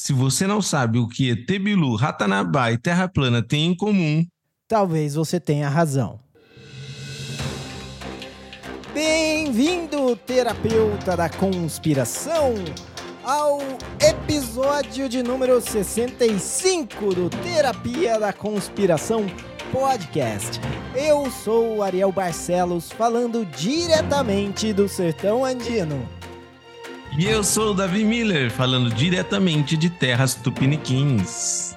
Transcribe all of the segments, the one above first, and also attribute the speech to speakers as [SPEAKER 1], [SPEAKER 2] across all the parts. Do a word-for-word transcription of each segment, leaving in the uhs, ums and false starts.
[SPEAKER 1] Se você não sabe o que E T Bilu, Ratanabá e Terra Plana têm em comum,
[SPEAKER 2] talvez você tenha razão. Bem-vindo, terapeuta da conspiração, ao episódio de número sessenta e cinco do Terapia da Conspiração Podcast. Eu sou o Ariel Barcelos, falando diretamente do sertão andino.
[SPEAKER 1] E eu sou o Davi Miller, falando diretamente de terras tupiniquins.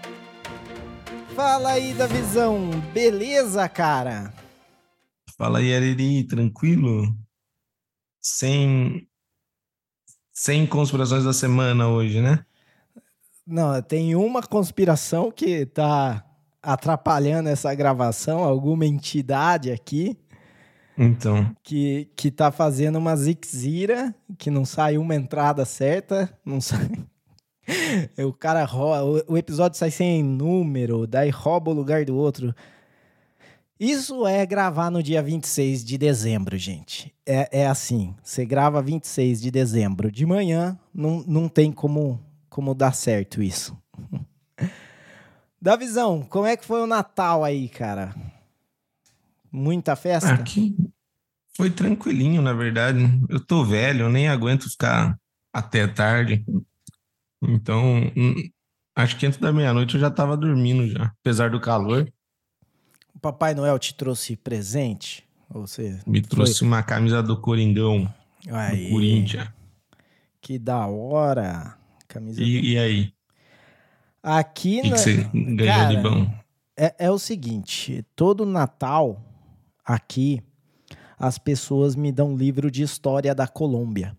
[SPEAKER 2] Fala aí, Davizão, beleza, cara?
[SPEAKER 1] Fala aí, Ariri, tranquilo? Sem, sem conspirações da semana hoje, né?
[SPEAKER 2] Não, tem uma conspiração que tá atrapalhando essa gravação, alguma entidade aqui.
[SPEAKER 1] Então.
[SPEAKER 2] Que, que tá fazendo uma zixira, que não sai uma entrada certa, não sai. O cara rouba, o episódio sai sem número, daí rouba o lugar do outro. Isso é gravar no dia vinte e seis de dezembro, gente. É, é assim, você grava vinte e seis de dezembro de manhã, não, não tem como, como dar certo isso. Davizão, como é que foi o Natal aí, cara? Muita festa?
[SPEAKER 1] Aqui foi tranquilinho, na verdade. Eu tô velho, eu nem aguento ficar até tarde. Então, hum, acho que antes da meia-noite eu já tava dormindo já, apesar do calor.
[SPEAKER 2] O Papai Noel te trouxe presente? Ou você
[SPEAKER 1] Me trouxe
[SPEAKER 2] foi...
[SPEAKER 1] uma camisa do Coringão,
[SPEAKER 2] Aí,
[SPEAKER 1] do Corinthians.
[SPEAKER 2] Que da hora. Camisa
[SPEAKER 1] E,
[SPEAKER 2] do...
[SPEAKER 1] e aí?
[SPEAKER 2] Aqui,
[SPEAKER 1] O que,
[SPEAKER 2] na...
[SPEAKER 1] que você ganhou
[SPEAKER 2] cara,
[SPEAKER 1] de bom?
[SPEAKER 2] É, é o seguinte, todo Natal aqui as pessoas me dão um livro de história da Colômbia.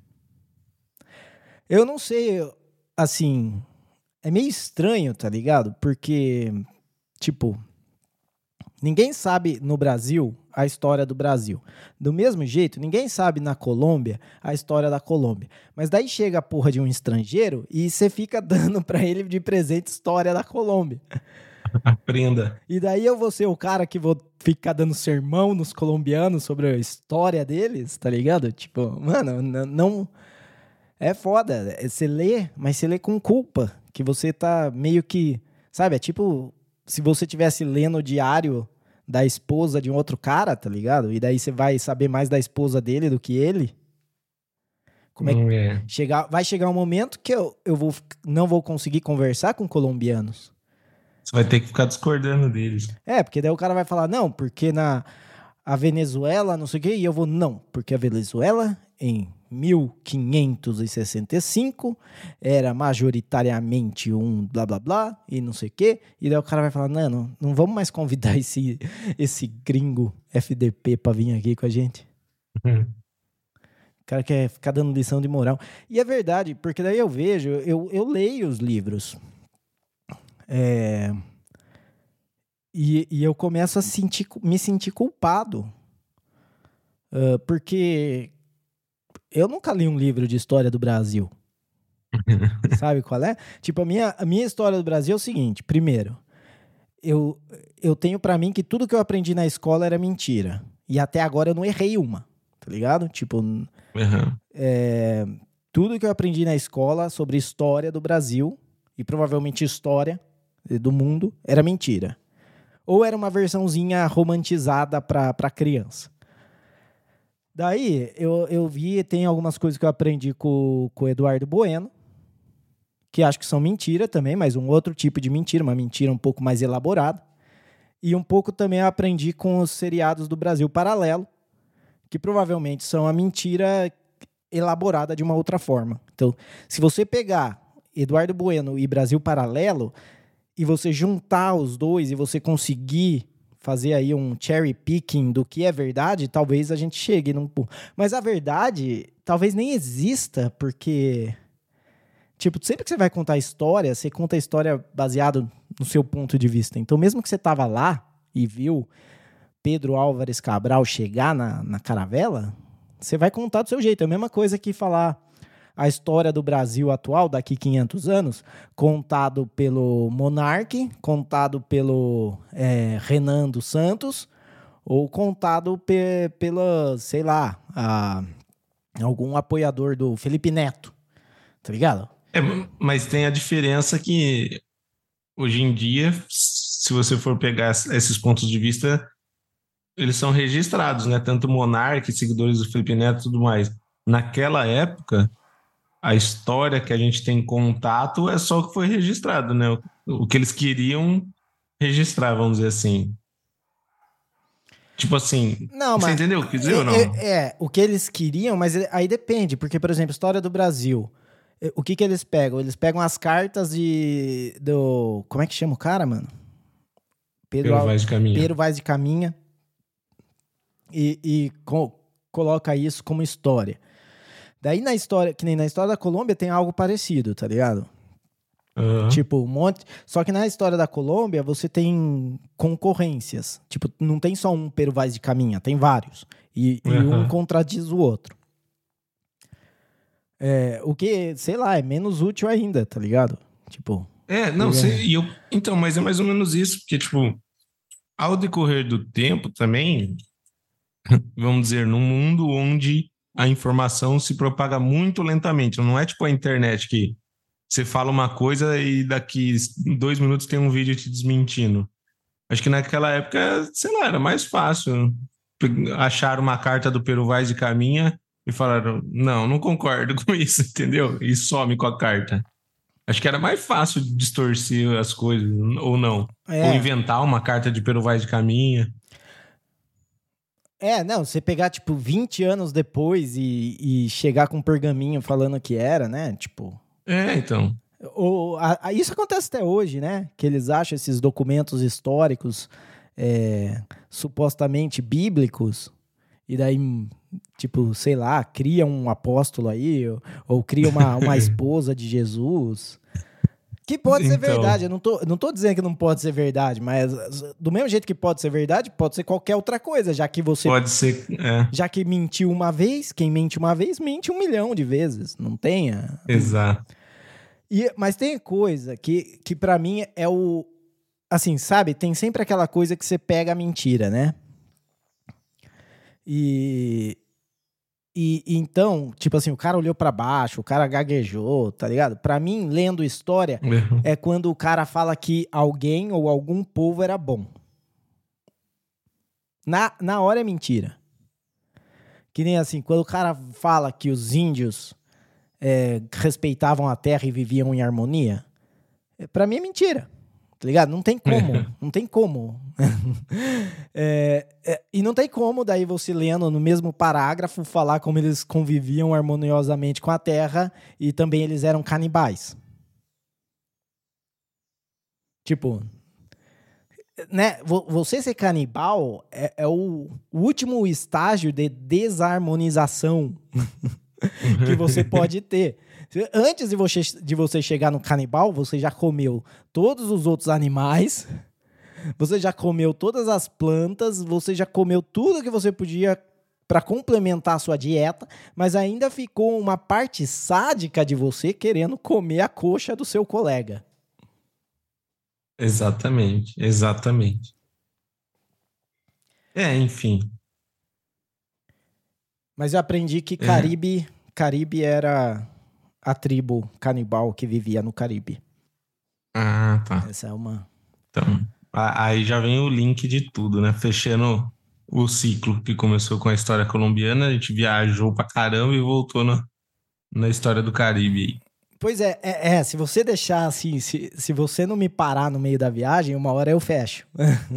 [SPEAKER 2] Eu não sei, assim, é meio estranho, tá ligado? Porque, tipo, ninguém sabe no Brasil a história do Brasil. Do mesmo jeito, ninguém sabe na Colômbia a história da Colômbia. Mas daí chega a porra de um estrangeiro e você fica dando pra ele de presente história da Colômbia.
[SPEAKER 1] Aprenda.
[SPEAKER 2] E daí eu vou ser o cara que vou ficar dando sermão nos colombianos sobre a história deles, tá ligado? Tipo, mano, n- não... É foda. Você lê, mas você lê com culpa. Que você tá meio que... Sabe, é tipo... Se você tivesse lendo o diário da esposa de um outro cara, tá ligado? E daí você vai saber mais da esposa dele do que ele. Como é que...
[SPEAKER 1] É.
[SPEAKER 2] Chegar... Vai chegar um momento que eu, eu vou... não vou conseguir conversar com colombianos.
[SPEAKER 1] Você vai ter que ficar discordando deles.
[SPEAKER 2] É, porque daí o cara vai falar, não, porque na a Venezuela, não sei o quê, e eu vou, não, porque a Venezuela, em mil quinhentos e sessenta e cinco, era majoritariamente um blá blá blá, e não sei o quê, e daí o cara vai falar, não, não, não vamos mais convidar esse, esse gringo F D P pra vir aqui com a gente.
[SPEAKER 1] Uhum.
[SPEAKER 2] O cara quer ficar dando lição de moral. E é verdade, porque daí eu vejo, eu, eu leio os livros. É... E, e eu começo a sentir, me sentir culpado. Uh, porque eu nunca li um livro de história do Brasil. Sabe qual é? Tipo, a minha, a minha história do Brasil é o seguinte. Primeiro, eu, eu tenho pra mim que tudo que eu aprendi na escola era mentira. E até agora eu não errei uma. Tá ligado? Tipo,
[SPEAKER 1] Uhum.
[SPEAKER 2] é, tudo que eu aprendi na escola sobre história do Brasil, e provavelmente história do mundo, era mentira. Ou era uma versãozinha romantizada pra, pra criança. Daí, eu, eu vi, tem algumas coisas que eu aprendi com, com o Eduardo Bueno, que acho que são mentira também, mas um outro tipo de mentira, uma mentira um pouco mais elaborada. E um pouco também eu aprendi com os seriados do Brasil Paralelo, que provavelmente são a mentira elaborada de uma outra forma. Então, se você pegar Eduardo Bueno e Brasil Paralelo, e você juntar os dois e você conseguir fazer aí um cherry picking do que é verdade, talvez a gente chegue num ponto. Mas a verdade talvez nem exista, porque... Tipo, sempre que você vai contar a história, você conta a história baseado no seu ponto de vista. Então, mesmo que você tava lá e viu Pedro Álvares Cabral chegar na, na caravela, você vai contar do seu jeito. É a mesma coisa que falar a história do Brasil atual, daqui quinhentos anos, contado pelo Monarque, contado pelo é, Renan dos Santos, ou contado pe- pela, sei lá, a, algum apoiador do Felipe Neto, tá ligado?
[SPEAKER 1] É, mas tem a diferença que hoje em dia, se você for pegar esses pontos de vista, eles são registrados, né? Tanto o Monark, seguidores do Felipe Neto e tudo mais. Naquela época, a história que a gente tem contato é só o que foi registrado, né? O, o que eles queriam registrar, vamos dizer assim. Tipo assim,
[SPEAKER 2] Não,
[SPEAKER 1] você
[SPEAKER 2] mas
[SPEAKER 1] entendeu o que quis dizer ou
[SPEAKER 2] é,
[SPEAKER 1] não?
[SPEAKER 2] é, é, o que eles queriam, mas é- aí depende, porque, por exemplo, história do Brasil. é, O que que eles pegam? Eles pegam as cartas de do, como é que chama o cara, mano? Pedro
[SPEAKER 1] Pelo
[SPEAKER 2] Al-
[SPEAKER 1] Vaz de Caminha.
[SPEAKER 2] Pedro Vaz de Caminha e, e co- coloca isso como história. Daí na história, que nem na história da Colômbia tem algo parecido, tá ligado?
[SPEAKER 1] Aham,
[SPEAKER 2] Tipo, um monte. Só que na história da Colômbia você tem concorrências. Tipo, não tem só um Pero Vaz de Caminha, tem vários. E, e um
[SPEAKER 1] aham.
[SPEAKER 2] contradiz o outro. É, o que, sei lá, é menos útil ainda, tá ligado? Tipo,
[SPEAKER 1] É, não,
[SPEAKER 2] porque-
[SPEAKER 1] sei, e eu, então, mas é mais ou menos isso, porque, tipo, ao decorrer do tempo também, vamos dizer, num mundo onde a informação se propaga muito lentamente, não é tipo a internet que você fala uma coisa e daqui dois minutos tem um vídeo te desmentindo. Acho que naquela época, sei lá, era mais fácil achar uma carta do Pero Vaz de Caminha e falaram, não, não concordo com isso, entendeu? E some com a carta. Acho que era mais fácil distorcer as coisas, ou não. Ou
[SPEAKER 2] é,
[SPEAKER 1] inventar uma carta de Pero Vaz de Caminha.
[SPEAKER 2] é, não, você pegar, tipo, vinte anos depois e, e chegar com um pergaminho falando que era, né? Tipo.
[SPEAKER 1] É, então.
[SPEAKER 2] Ou, a- a- isso acontece até hoje, né? Que eles acham esses documentos históricos é, supostamente bíblicos, e daí, tipo, sei lá, cria um apóstolo aí, ou, ou cria uma, uma esposa de Jesus. Que pode ser
[SPEAKER 1] Então,
[SPEAKER 2] verdade, eu não tô, não tô dizendo que não pode ser verdade, mas do mesmo jeito que pode ser verdade, pode ser qualquer outra coisa, já que você,
[SPEAKER 1] pode ser. É,
[SPEAKER 2] já que mentiu uma vez, quem mente uma vez, mente um milhão de vezes, não tenha.
[SPEAKER 1] exato.
[SPEAKER 2] E, mas tem coisa que, que para mim é o. Assim, sabe? Tem sempre aquela coisa que você pega a mentira, né? E. E, e então, tipo assim, o cara olhou pra baixo, o cara gaguejou, tá ligado? Pra mim, lendo história, é quando o cara fala que alguém ou algum povo era bom. Na, na hora é mentira. Que nem assim, quando o cara fala que os índios é, respeitavam a terra e viviam em harmonia, é, pra mim é mentira. Tá ligado? Não tem como. Não tem como. é, é, e não tem como, daí você lendo no mesmo parágrafo, falar como eles conviviam harmoniosamente com a terra e também eles eram canibais. Tipo, né? Você ser canibal é, é o último estágio de desarmonização que você pode ter. Antes de você, de você chegar no canibal, você já comeu todos os outros animais, você já comeu todas as plantas, você já comeu tudo que você podia para complementar a sua dieta, mas ainda ficou uma parte sádica de você querendo comer a coxa do seu colega.
[SPEAKER 1] Exatamente, exatamente. É, enfim.
[SPEAKER 2] Mas eu aprendi que
[SPEAKER 1] É.
[SPEAKER 2] Caribe, Caribe era a tribo canibal que vivia no Caribe.
[SPEAKER 1] Ah, tá.
[SPEAKER 2] Essa é uma.
[SPEAKER 1] Então, a- aí já vem o link de tudo, né? Fechando o ciclo que começou com a história colombiana, a gente viajou pra caramba e voltou na, na história do Caribe.
[SPEAKER 2] Pois é, é, é, se você deixar assim, se, se você não me parar no meio da viagem, uma hora eu fecho.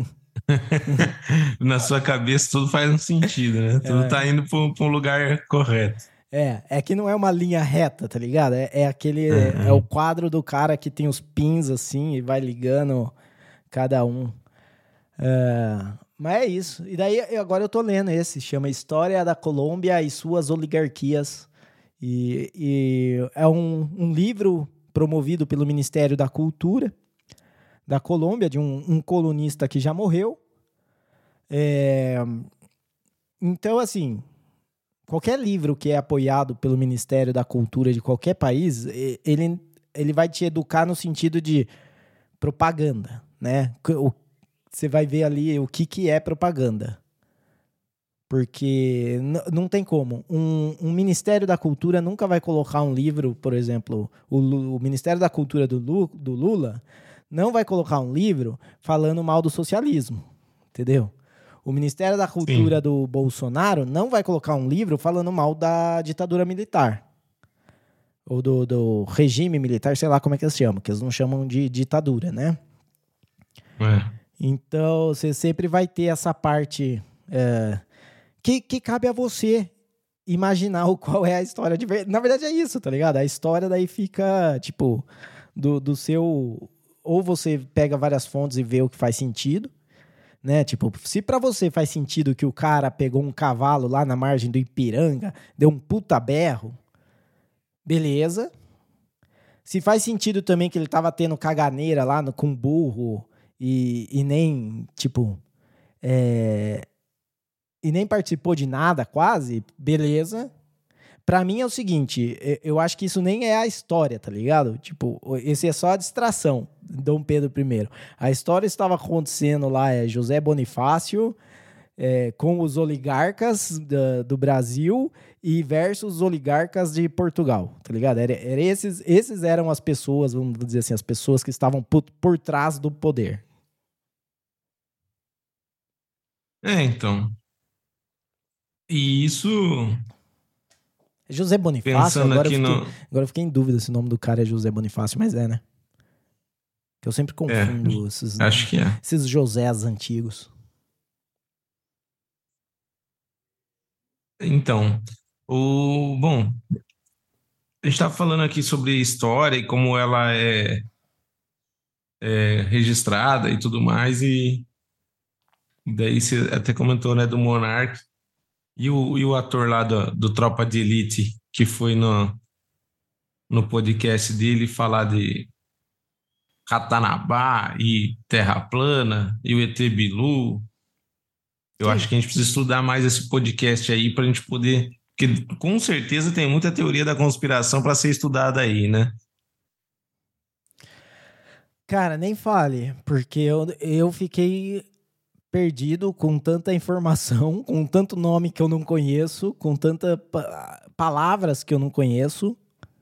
[SPEAKER 1] Na sua cabeça tudo faz um sentido, né? Tudo tá indo para um lugar correto.
[SPEAKER 2] É, é que não é uma linha reta, tá ligado? É, é aquele, é o
[SPEAKER 1] Uhum.
[SPEAKER 2] quadro do cara que tem os pins assim e vai ligando cada um. É, mas é isso. E daí eu- agora eu tô lendo esse, chama História da Colômbia e Suas Oligarquias. E, e é um, um livro promovido pelo Ministério da Cultura da Colômbia, de um, um colunista que já morreu. É, então, assim, qualquer livro que é apoiado pelo Ministério da Cultura de qualquer país, e- ele, ele vai te educar no sentido de propaganda, né? O, você vai ver ali o que, que é propaganda. Porque n- não tem como. Um, um Ministério da Cultura nunca vai colocar um livro, por exemplo, o, Lu- o Ministério da Cultura do, Lu- do Lula não vai colocar um livro falando mal do socialismo, entendeu? O Ministério da Cultura
[SPEAKER 1] Sim.
[SPEAKER 2] do Bolsonaro não vai colocar um livro falando mal da ditadura militar. Ou do, do regime militar, sei lá como é que eles chamam, que eles não chamam de ditadura, né?
[SPEAKER 1] É.
[SPEAKER 2] Então, você sempre vai ter essa parte é, que, que cabe a você imaginar o qual é a história de verdade. Na verdade é isso, tá ligado? A história daí fica, tipo, do, do seu... Ou você pega várias fontes e vê o que faz sentido, né? Tipo, se pra você faz sentido que o cara pegou um cavalo lá na margem do Ipiranga, deu um puta berro, beleza. Se faz sentido também que ele tava tendo caganeira lá no, com burro e, e nem, tipo... É, e nem participou de nada, quase, beleza. Pra mim é o seguinte, e- eu acho que isso nem é a história, tá ligado? Tipo, o- esse é só a distração, Dom Pedro I. A história estava acontecendo lá, é José Bonifácio é, com os oligarcas da- do Brasil e versus os oligarcas de Portugal, tá ligado? Era, era esses, esses eram as pessoas, vamos dizer assim, as pessoas que estavam por, por trás do poder.
[SPEAKER 1] É, então. E isso,
[SPEAKER 2] José Bonifácio,
[SPEAKER 1] pensando
[SPEAKER 2] agora eu
[SPEAKER 1] aqui
[SPEAKER 2] fiquei,
[SPEAKER 1] no.
[SPEAKER 2] agora eu fiquei em dúvida se o nome do cara é José Bonifácio, mas é, né? Que eu sempre
[SPEAKER 1] É,
[SPEAKER 2] confundo esses,
[SPEAKER 1] acho que é.
[SPEAKER 2] esses Josés antigos.
[SPEAKER 1] Então, o. Bom, a gente estava falando aqui sobre história e como ela é, é registrada e tudo mais, e daí você até comentou, né, do Monark e o, e o ator lá do, do Tropa de Elite, que foi no, no podcast dele falar de Ratanabá e Terra Plana e o E T Bilu. Eu acho
[SPEAKER 2] Sim.
[SPEAKER 1] que a gente precisa estudar mais esse podcast aí para a gente poder. Porque com certeza tem muita teoria da conspiração para ser estudada aí, né?
[SPEAKER 2] Cara, nem fale, porque eu, eu fiquei perdido com tanta informação, com tanto nome que eu não conheço, com tantas palavras que eu não conheço.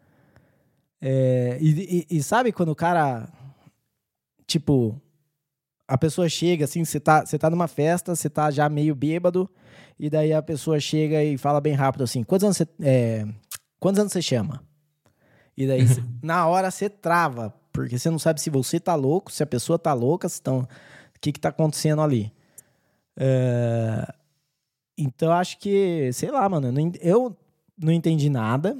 [SPEAKER 2] É, e, e- e sabe quando o cara, tipo, a pessoa chega assim, você tá, você tá numa festa, você tá já meio bêbado, e daí a pessoa chega e fala bem rápido assim: quantos anos você, é, quantos anos você chama? E daí, cê- na hora, você trava, porque você não sabe se você tá louco, se a pessoa tá louca, se tão, o que que tá acontecendo ali. É, então, acho que, sei lá, mano, eu não, en- eu não entendi nada.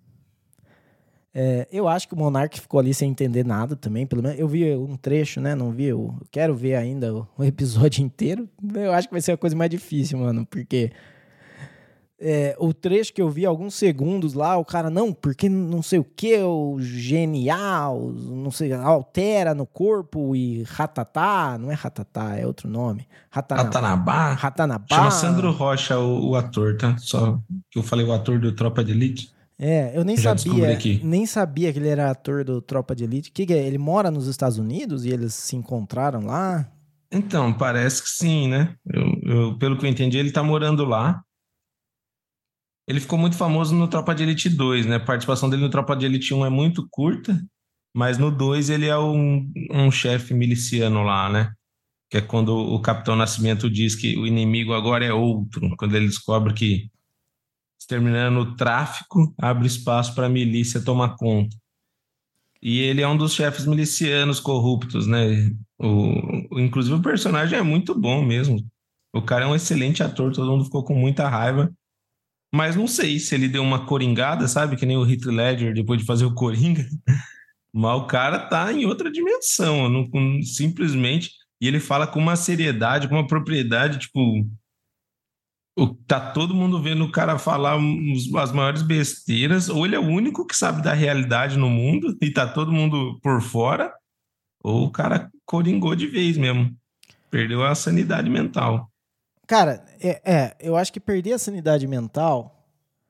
[SPEAKER 2] É, eu acho que o Monark ficou ali sem entender nada também, pelo menos eu vi um trecho, né? Não vi, eu quero ver ainda o, o episódio inteiro. Eu acho que vai ser a coisa mais difícil, mano, porque é, o trecho que eu vi, alguns segundos lá, o cara, não, porque não sei o que, o genial, não sei, altera no corpo e ratatá, não é ratatá, é outro nome, ratana,
[SPEAKER 1] Ratanabá. Chama Sandro
[SPEAKER 2] ratanabá.
[SPEAKER 1] Rocha o, o ator, tá? Só que eu falei o ator do Tropa de Elite.
[SPEAKER 2] É, eu nem
[SPEAKER 1] Já descobri
[SPEAKER 2] sabia,
[SPEAKER 1] aqui.
[SPEAKER 2] nem sabia que ele era ator do Tropa de Elite. Que que é? Ele mora nos Estados Unidos e eles se encontraram lá?
[SPEAKER 1] Então, parece que sim, né? Eu, eu- pelo que eu entendi, ele tá morando lá. Ele ficou muito famoso no Tropa de Elite dois, né? A participação dele no Tropa de Elite um é muito curta, mas no dois ele é um, um chefe miliciano lá, né? Que é quando o Capitão Nascimento diz que o inimigo agora é outro, quando ele descobre que exterminando o tráfico abre espaço para a milícia tomar conta. E ele é um dos chefes milicianos corruptos, né? O, o- inclusive o personagem é muito bom mesmo. O cara é um excelente ator, todo mundo ficou com muita raiva. Mas não sei se ele deu uma coringada, sabe? Que nem o Heath Ledger depois de fazer o Coringa. Mas o cara tá em outra dimensão, não, com- simplesmente. E ele fala com uma seriedade, com uma propriedade, tipo, o- tá todo mundo vendo o cara falar uns- as maiores besteiras, ou ele é o único que sabe da realidade no mundo e tá todo mundo por fora, ou o cara coringou de vez mesmo, perdeu a sanidade mental.
[SPEAKER 2] Cara, é, é, eu acho que perder a sanidade mental,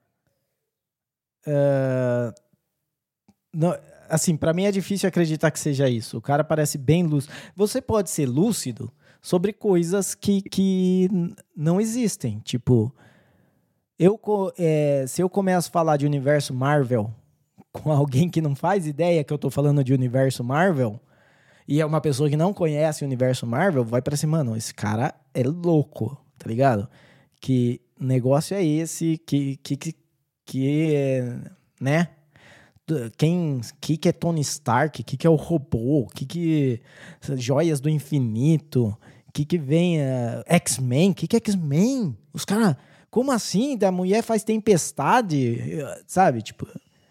[SPEAKER 2] não- assim, pra mim é difícil acreditar que seja isso. O cara parece bem lúcido. Você pode ser lúcido, sobre coisas que, que não existem. Tipo, eu, é, se eu começo a falar de universo Marvel com alguém que não faz ideia que eu tô falando de universo Marvel, e é uma pessoa que não conhece o universo Marvel, vai parecer, mano, esse cara é louco, tá ligado? Que negócio é esse, que, que, que, que é, né? Quem, que que é Tony Stark, que que é o robô, que que joias do infinito, que que vem uh, X-Men, que que é X-Men? Os caras, como assim? Da mulher faz tempestade, sabe? Tipo,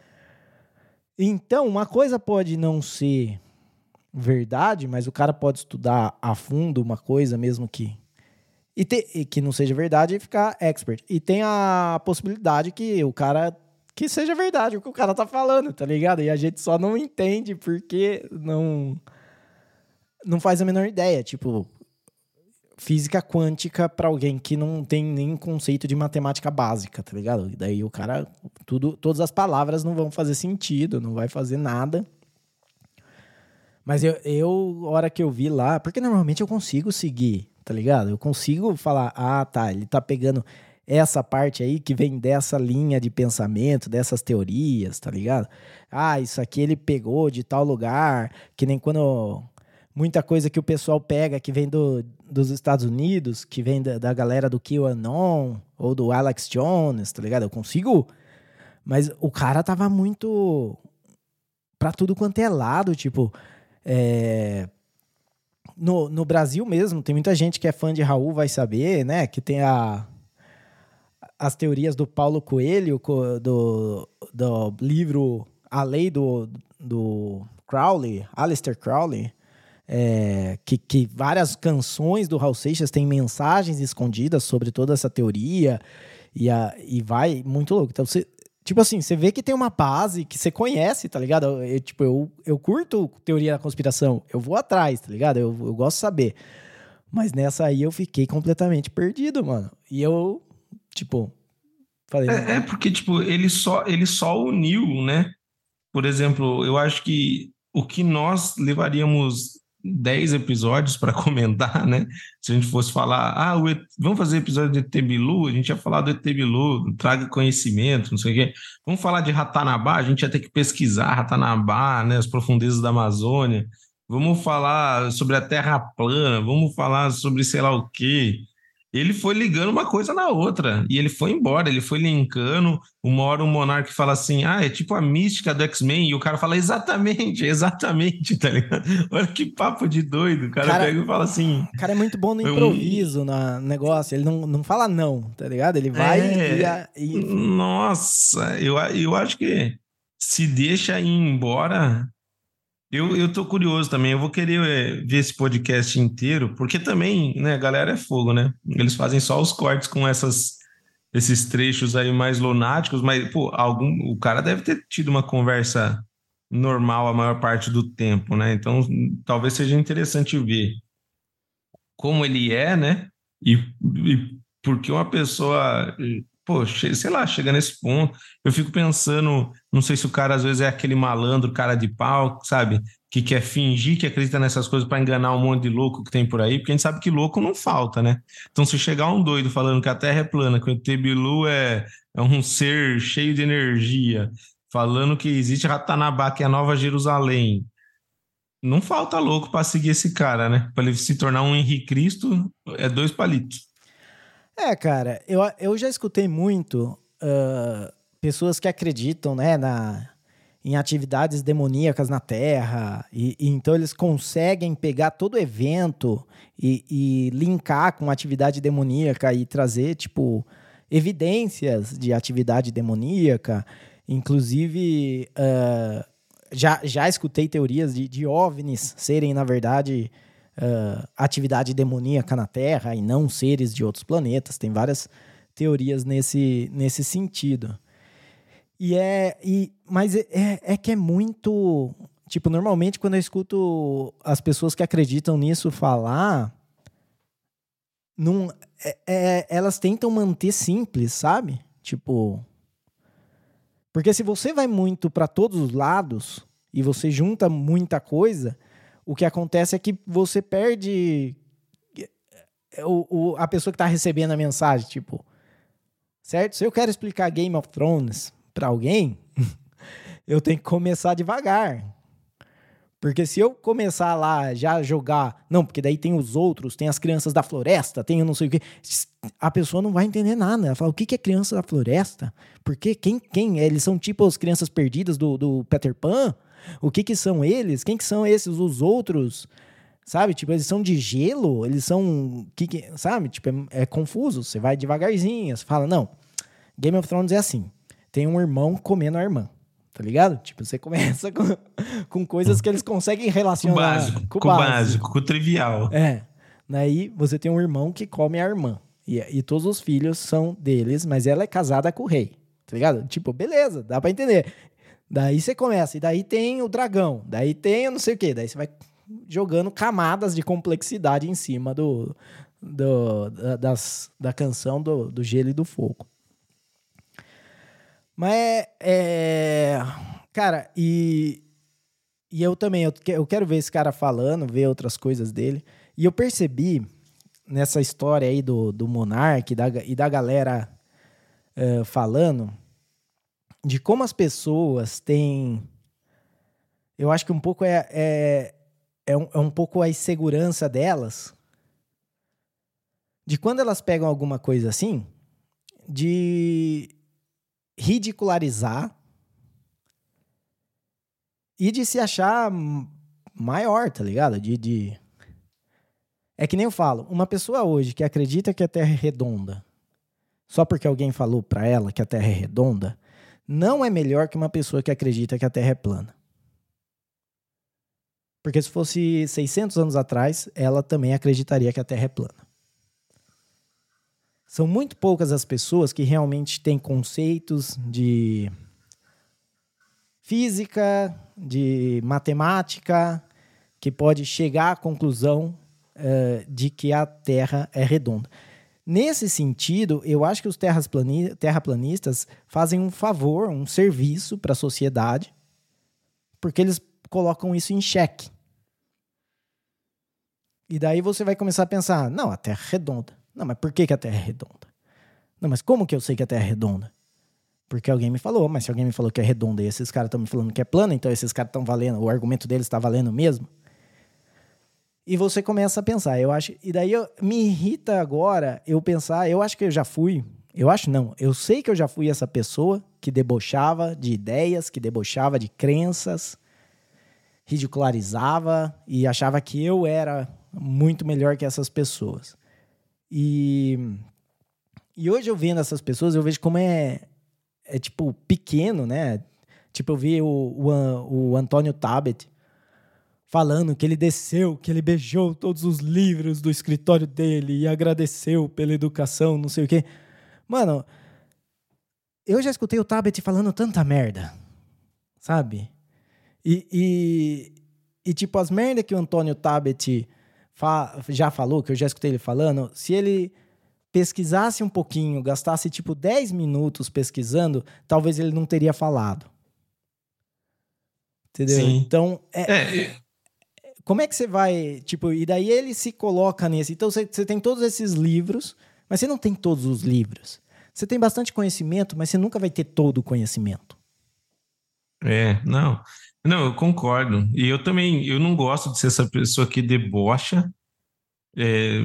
[SPEAKER 2] então, uma coisa pode não ser verdade, mas o cara pode estudar a fundo uma coisa mesmo que e, ter, e que não seja verdade e ficar expert. E tem a possibilidade que o cara que seja verdade o que o cara tá falando, tá ligado? E a gente só não entende porque não não faz a menor ideia, tipo, física quântica pra alguém que não tem nem conceito de matemática básica, tá ligado? E daí o cara, tudo, todas as palavras não vão fazer sentido, não vai fazer nada. Mas eu, eu, a hora que eu vi lá, porque normalmente eu consigo seguir, tá ligado? Eu consigo falar, ah, tá, ele tá pegando essa parte aí que vem dessa linha de pensamento, dessas teorias, tá ligado? Ah, isso aqui ele pegou de tal lugar, que nem quando muita coisa que o pessoal pega que vem do, dos Estados Unidos, que vem da, da galera do QAnon ou do Alex Jones, tá ligado? Eu consigo, mas o cara tava muito pra tudo quanto é lado, tipo, é... no, no Brasil mesmo, tem muita gente que é fã de Raul, vai saber, né, que tem a as teorias do Paulo Coelho, do, do livro A Lei do, do Crowley, Aleister Crowley, é, que, que várias canções do Raul Seixas têm mensagens escondidas sobre toda essa teoria, e, a, e vai muito louco. Então, você, tipo assim, você vê que tem uma base que você conhece, tá ligado? Eu, eu, tipo, eu, eu curto teoria da conspiração, eu vou atrás, tá ligado? Eu, eu gosto de saber. Mas nessa aí eu fiquei completamente perdido, mano. E eu... Tipo, falei...
[SPEAKER 1] É, é porque, tipo, ele só, ele só uniu, né? Por exemplo, eu acho que o que nós levaríamos dez episódios para comentar, né? Se a gente fosse falar, ah, o E T, vamos fazer episódio de E T Bilu, a gente ia falar do E T Bilu, traga conhecimento, não sei o quê. Vamos falar de Ratanabá, a gente ia ter que pesquisar Ratanabá, né? As profundezas da Amazônia. Vamos falar sobre a Terra plana, vamos falar sobre sei lá o quê. Ele foi ligando uma coisa na outra e ele foi embora, ele foi linkando. Uma hora o Monark fala assim: ah, é tipo a mística do X-Men, e o cara fala exatamente, exatamente, tá ligado? Olha que papo de doido. O cara, cara pega e fala assim.
[SPEAKER 2] O cara é muito bom no improviso, um... no negócio, ele não, não fala não, tá ligado? Ele vai
[SPEAKER 1] é...
[SPEAKER 2] e, e.
[SPEAKER 1] Nossa, eu, eu acho que se deixa ir embora. Eu, eu tô curioso também, eu vou querer é, ver esse podcast inteiro, porque também, né, a galera é fogo, né? Eles fazem só os cortes com essas, esses trechos aí mais lunáticos, mas, pô, algum, o cara deve ter tido uma conversa normal a maior parte do tempo, né? Então, talvez seja interessante ver como ele é, né? E, e porque uma pessoa, pô, sei lá, chega nesse ponto. Eu fico pensando, não sei se o cara às vezes é aquele malandro, cara de pau, sabe? Que quer fingir que acredita nessas coisas para enganar um monte de louco que tem por aí, porque a gente sabe que louco não falta, né? Então, se chegar um doido falando que a Terra é plana, que o E T Bilu é, é um ser cheio de energia, falando que existe Ratanabá, que é a Nova Jerusalém, não falta louco para seguir esse cara, né? Para ele se tornar um Henrique Cristo, é dois palitos.
[SPEAKER 2] É, cara, eu, eu já escutei muito uh, pessoas que acreditam, né, na, em atividades demoníacas na Terra, e, e então eles conseguem pegar todo evento e, e linkar com atividade demoníaca e trazer, tipo, evidências de atividade demoníaca. Inclusive, uh, já, já escutei teorias de, de OVNIs serem, na verdade... Uh, atividade demoníaca na Terra e não seres de outros planetas. Tem várias teorias nesse, nesse sentido. E é, e, mas é, é que é muito... Tipo, normalmente quando eu escuto as pessoas que acreditam nisso falar, não, é, é, elas tentam manter simples, sabe? Tipo... Porque se você vai muito para todos os lados e você junta muita coisa... O que acontece é que você perde o, o, a pessoa que tá recebendo a mensagem, tipo, certo? Se eu quero explicar Game of Thrones pra alguém, eu tenho que começar devagar. Porque se eu começar lá já a jogar... Não, porque daí tem os outros, tem as crianças da floresta, tem eu não sei o quê. A pessoa não vai entender nada. Ela fala, o que que é criança da floresta? Porque quem, quem? Eles são tipo as crianças perdidas do, do Peter Pan? O que que são eles? Quem que são esses, os outros? Sabe? Tipo, eles são de gelo? Eles são... Que que, sabe? Tipo, é, é confuso. Você vai devagarzinho. Você fala, não, Game of Thrones é assim. Tem um irmão comendo a irmã. Tá ligado? Tipo, você começa com, com coisas que eles conseguem relacionar.
[SPEAKER 1] Com o básico,
[SPEAKER 2] com o
[SPEAKER 1] com o
[SPEAKER 2] básico.
[SPEAKER 1] básico, com o trivial.
[SPEAKER 2] É. Daí você tem um irmão que come a irmã. E, e todos os filhos são deles, mas ela é casada com o rei. Tá ligado? Tipo, beleza, dá pra entender. Daí você começa, e daí tem o dragão, daí tem eu não sei o quê. Daí você vai jogando camadas de complexidade em cima do, do, da, das, da canção do, do Gelo e do Fogo. Mas é, é... Cara, e, e eu também, eu, eu quero ver esse cara falando, ver outras coisas dele. E eu percebi, nessa história aí do, do Monark da, e da galera uh, falando, de como as pessoas têm... Eu acho que um pouco é, é, é, um, é um pouco a insegurança delas, de quando elas pegam alguma coisa assim, de... ridicularizar e de se achar maior, tá ligado? De, de... É que nem eu falo, uma pessoa hoje que acredita que a Terra é redonda, só porque alguém falou pra ela que a Terra é redonda, não é melhor que uma pessoa que acredita que a Terra é plana. Porque se fosse seiscentos anos atrás, ela também acreditaria que a Terra é plana. São muito poucas as pessoas que realmente têm conceitos de física, de matemática, que pode chegar à conclusão uh, de que a Terra é redonda. Nesse sentido, eu acho que os terraplani- terraplanistas fazem um favor, um serviço para a sociedade, porque eles colocam isso em xeque. E daí você vai começar a pensar, não, a Terra é redonda. Não, mas por que, que a Terra é redonda? Não, mas como que eu sei que a Terra é redonda? Porque alguém me falou, mas se alguém me falou que é redonda e esses caras estão me falando que é plana, então esses caras estão valendo, o argumento deles está valendo mesmo? E você começa a pensar, eu acho... E daí eu, me irrita agora eu pensar, eu acho que eu já fui, eu acho não, eu sei que eu já fui essa pessoa que debochava de ideias, que debochava de crenças, ridicularizava e achava que eu era muito melhor que essas pessoas. E, e hoje eu vendo essas pessoas, eu vejo como é, é tipo, pequeno, né? Tipo, eu vi o, o, o Antônio Tabet falando que ele desceu, que ele beijou todos os livros do escritório dele e agradeceu pela educação, não sei o quê. Mano, eu já escutei o Tabet falando tanta merda, sabe? E, e, e tipo, as merdas que o Antônio Tabet... já falou, que eu já escutei ele falando, se ele pesquisasse um pouquinho, gastasse tipo dez minutos pesquisando, talvez ele não teria falado. Entendeu?
[SPEAKER 1] Sim.
[SPEAKER 2] Então, é,
[SPEAKER 1] É,
[SPEAKER 2] como é que você vai, tipo, e daí ele se coloca nesse, então você, você tem todos esses livros, mas você não tem todos os livros. Você tem bastante conhecimento, mas você nunca vai ter todo o conhecimento.
[SPEAKER 1] é, não. Não, eu concordo. E eu também, eu não gosto de ser essa pessoa que debocha. É,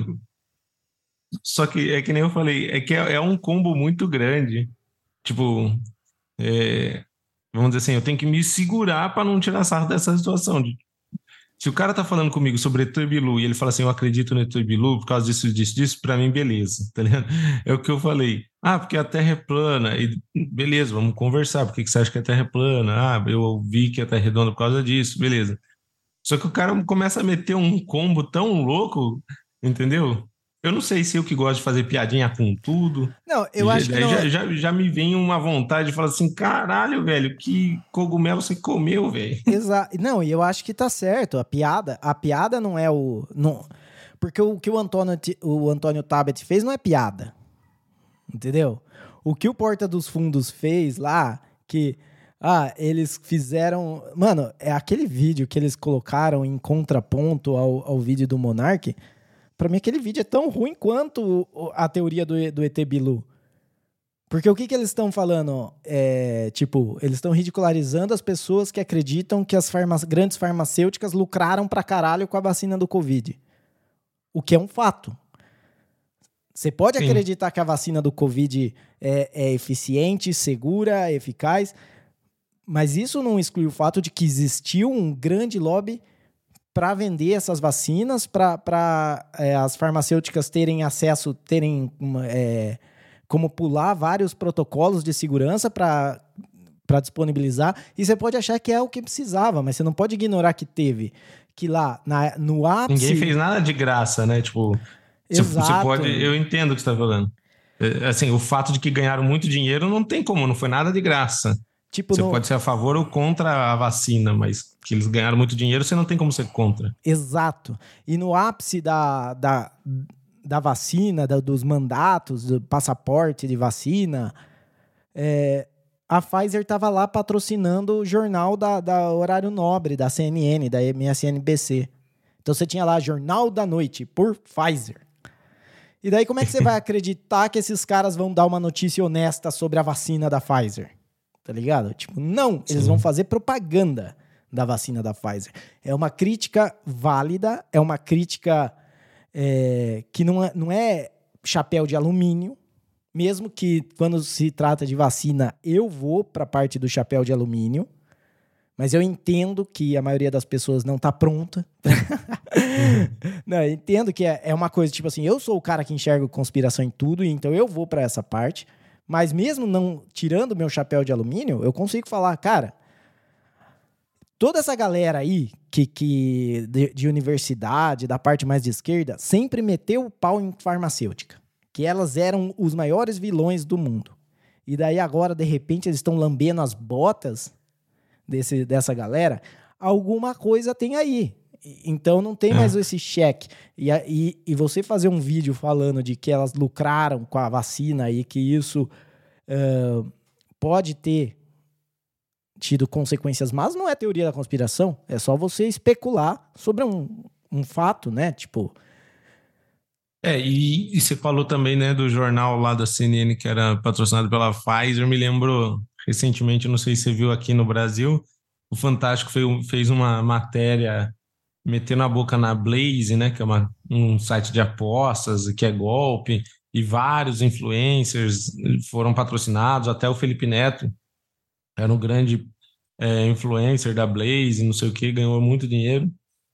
[SPEAKER 1] só que é que nem eu falei, é que é, é um combo muito grande. Tipo, é, vamos dizer assim, eu tenho que me segurar para não tirar sarro dessa situação. De- se o cara tá falando comigo sobre E T Bilu e ele fala assim, eu acredito no E T Bilu por causa disso, disso, disso, para mim, beleza, tá ligado? É o que eu falei. Ah, porque a Terra é plana. E beleza, vamos conversar. Por que que você acha que a Terra é plana? Ah, eu vi que a Terra é redonda por causa disso, beleza. Só que o cara começa a meter um combo tão louco, entendeu? Eu não sei se eu que gosto de fazer piadinha com tudo.
[SPEAKER 2] Não, eu
[SPEAKER 1] Já,
[SPEAKER 2] acho que
[SPEAKER 1] daí
[SPEAKER 2] não...
[SPEAKER 1] já, já, já me vem uma vontade de falar assim: caralho, velho, que cogumelo você comeu, velho.
[SPEAKER 2] Exato. Não, e eu acho que tá certo. A piada, a piada não é o... Não... Porque o que o Antônio, o Antônio Tabet fez não é piada. Entendeu? O que o Porta dos Fundos fez lá, que... Ah, eles fizeram... Mano, é aquele vídeo que eles colocaram em contraponto ao, ao vídeo do Monark. pra mim aquele vídeo é tão ruim quanto a teoria do, do E T Bilu. Porque o que, que eles estão falando? É, tipo, eles estão ridicularizando as pessoas que acreditam que as farma- grandes farmacêuticas lucraram pra caralho com a vacina do Covid. O que é um fato. Você pode
[SPEAKER 1] Sim.
[SPEAKER 2] acreditar que a vacina do Covid é, é eficiente, segura, eficaz, mas isso não exclui o fato de que existiu um grande lobby para vender essas vacinas, para é, as farmacêuticas terem acesso, terem uma, é, como pular vários protocolos de segurança para para disponibilizar. E você pode achar que é o que precisava, mas você não pode ignorar que teve. Que lá, na, no ápice...
[SPEAKER 1] Ninguém fez nada de graça, né? Tipo, você, você
[SPEAKER 2] Exato.
[SPEAKER 1] pode... Eu entendo o que você está falando. É, assim, o fato de que ganharam muito dinheiro não tem como, não foi nada de graça.
[SPEAKER 2] Tipo,
[SPEAKER 1] Você
[SPEAKER 2] no...
[SPEAKER 1] pode ser a favor ou contra a vacina, mas que eles ganharam muito dinheiro, você não tem como ser contra.
[SPEAKER 2] Exato. E no ápice da, da, da vacina, da, dos mandatos, do passaporte de vacina, é, a Pfizer estava lá patrocinando o jornal da, da Horário Nobre, da C N N, da M S N B C. Então você tinha lá Jornal da Noite, por Pfizer. E daí como é que você vai acreditar que esses caras vão dar uma notícia honesta sobre a vacina da Pfizer? Tá ligado? Tipo, não, eles
[SPEAKER 1] Sim.
[SPEAKER 2] vão fazer propaganda da vacina da Pfizer. É uma crítica válida, é uma crítica é, que não é, não é chapéu de alumínio, mesmo que quando se trata de vacina, eu vou para a parte do chapéu de alumínio, mas eu entendo que a maioria das pessoas não tá pronta. Uhum. Não, eu entendo que é, é uma coisa, tipo assim, eu sou o cara que enxerga conspiração em tudo, então eu vou para essa parte, mas mesmo não tirando meu chapéu de alumínio, eu consigo falar, cara, toda essa galera aí que, que de, de universidade, da parte mais de esquerda, sempre meteu o pau em farmacêutica, que elas eram os maiores vilões do mundo. E daí agora, de repente, eles estão lambendo as botas desse, dessa galera. Alguma coisa tem aí. Então não tem é. mais esse cheque. E, e, e você fazer um vídeo falando de que elas lucraram com a vacina e que isso uh, pode ter tido consequências más, não é teoria da conspiração. É só você especular sobre um, um fato, né? Tipo...
[SPEAKER 1] É, e, e você falou também, né, do jornal lá da C N N que era patrocinado pela Pfizer. Me lembrou recentemente, não sei se você viu aqui no Brasil, o Fantástico fez, fez uma matéria metendo a boca na Blaze, né, que é uma, um site de apostas, que é golpe, e vários influencers foram patrocinados, até o Felipe Neto era um grande é, influencer da Blaze, não sei o que, ganhou muito dinheiro.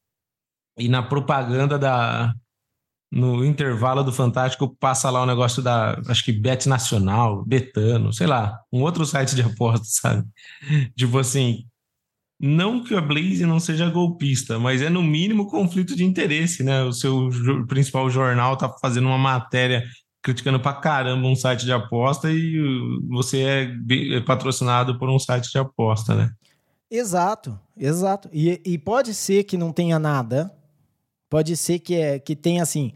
[SPEAKER 1] E na propaganda da... no intervalo do Fantástico, passa lá o negócio da, acho que Bet Nacional, Betano, sei lá, um outro site de apostas, sabe? Tipo assim, não que a Blaze não seja golpista, mas é no mínimo conflito de interesse, né? O seu jo- principal jornal tá fazendo uma matéria criticando pra caramba um site de aposta e uh, você é, be- é patrocinado por um site de aposta, né?
[SPEAKER 2] Exato, exato. E, e pode ser que não tenha nada, pode ser que, é, que tenha assim,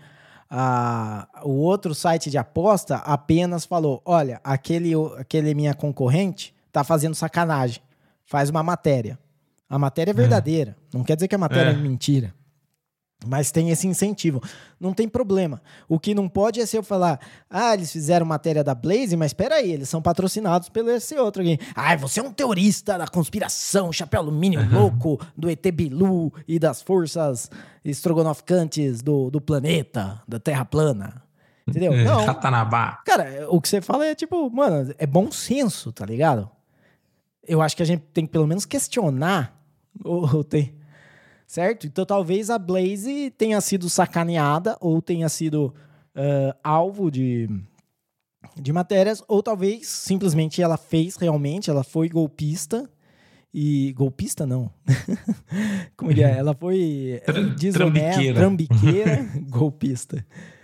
[SPEAKER 2] a, o outro site de aposta apenas falou, olha, aquele, aquele minha concorrente tá fazendo sacanagem, faz uma matéria. A matéria é verdadeira, é. Não quer dizer que a matéria é. é mentira, mas tem esse incentivo. Não tem problema. O que não pode é ser eu falar, ah, eles fizeram matéria da Blaze, mas espera aí, eles são patrocinados pelo esse outro aqui. Ah, você é um teorista da conspiração, chapéu alumínio uhum. louco, do E T Bilu e das forças estrogonoficantes do, do planeta, da Terra plana. Entendeu?
[SPEAKER 1] É,
[SPEAKER 2] não.
[SPEAKER 1] Ratanabá.
[SPEAKER 2] Cara, o que você fala é tipo, mano, é bom senso, tá ligado? Eu acho que a gente tem que pelo menos questionar ou, ou tem... Certo? Então talvez a Blaze tenha sido sacaneada ou tenha sido uh, alvo de, de matérias, ou talvez simplesmente ela fez realmente, ela foi golpista e... Golpista não. Como que é? Ela foi desonesta, trambiqueira, golpista.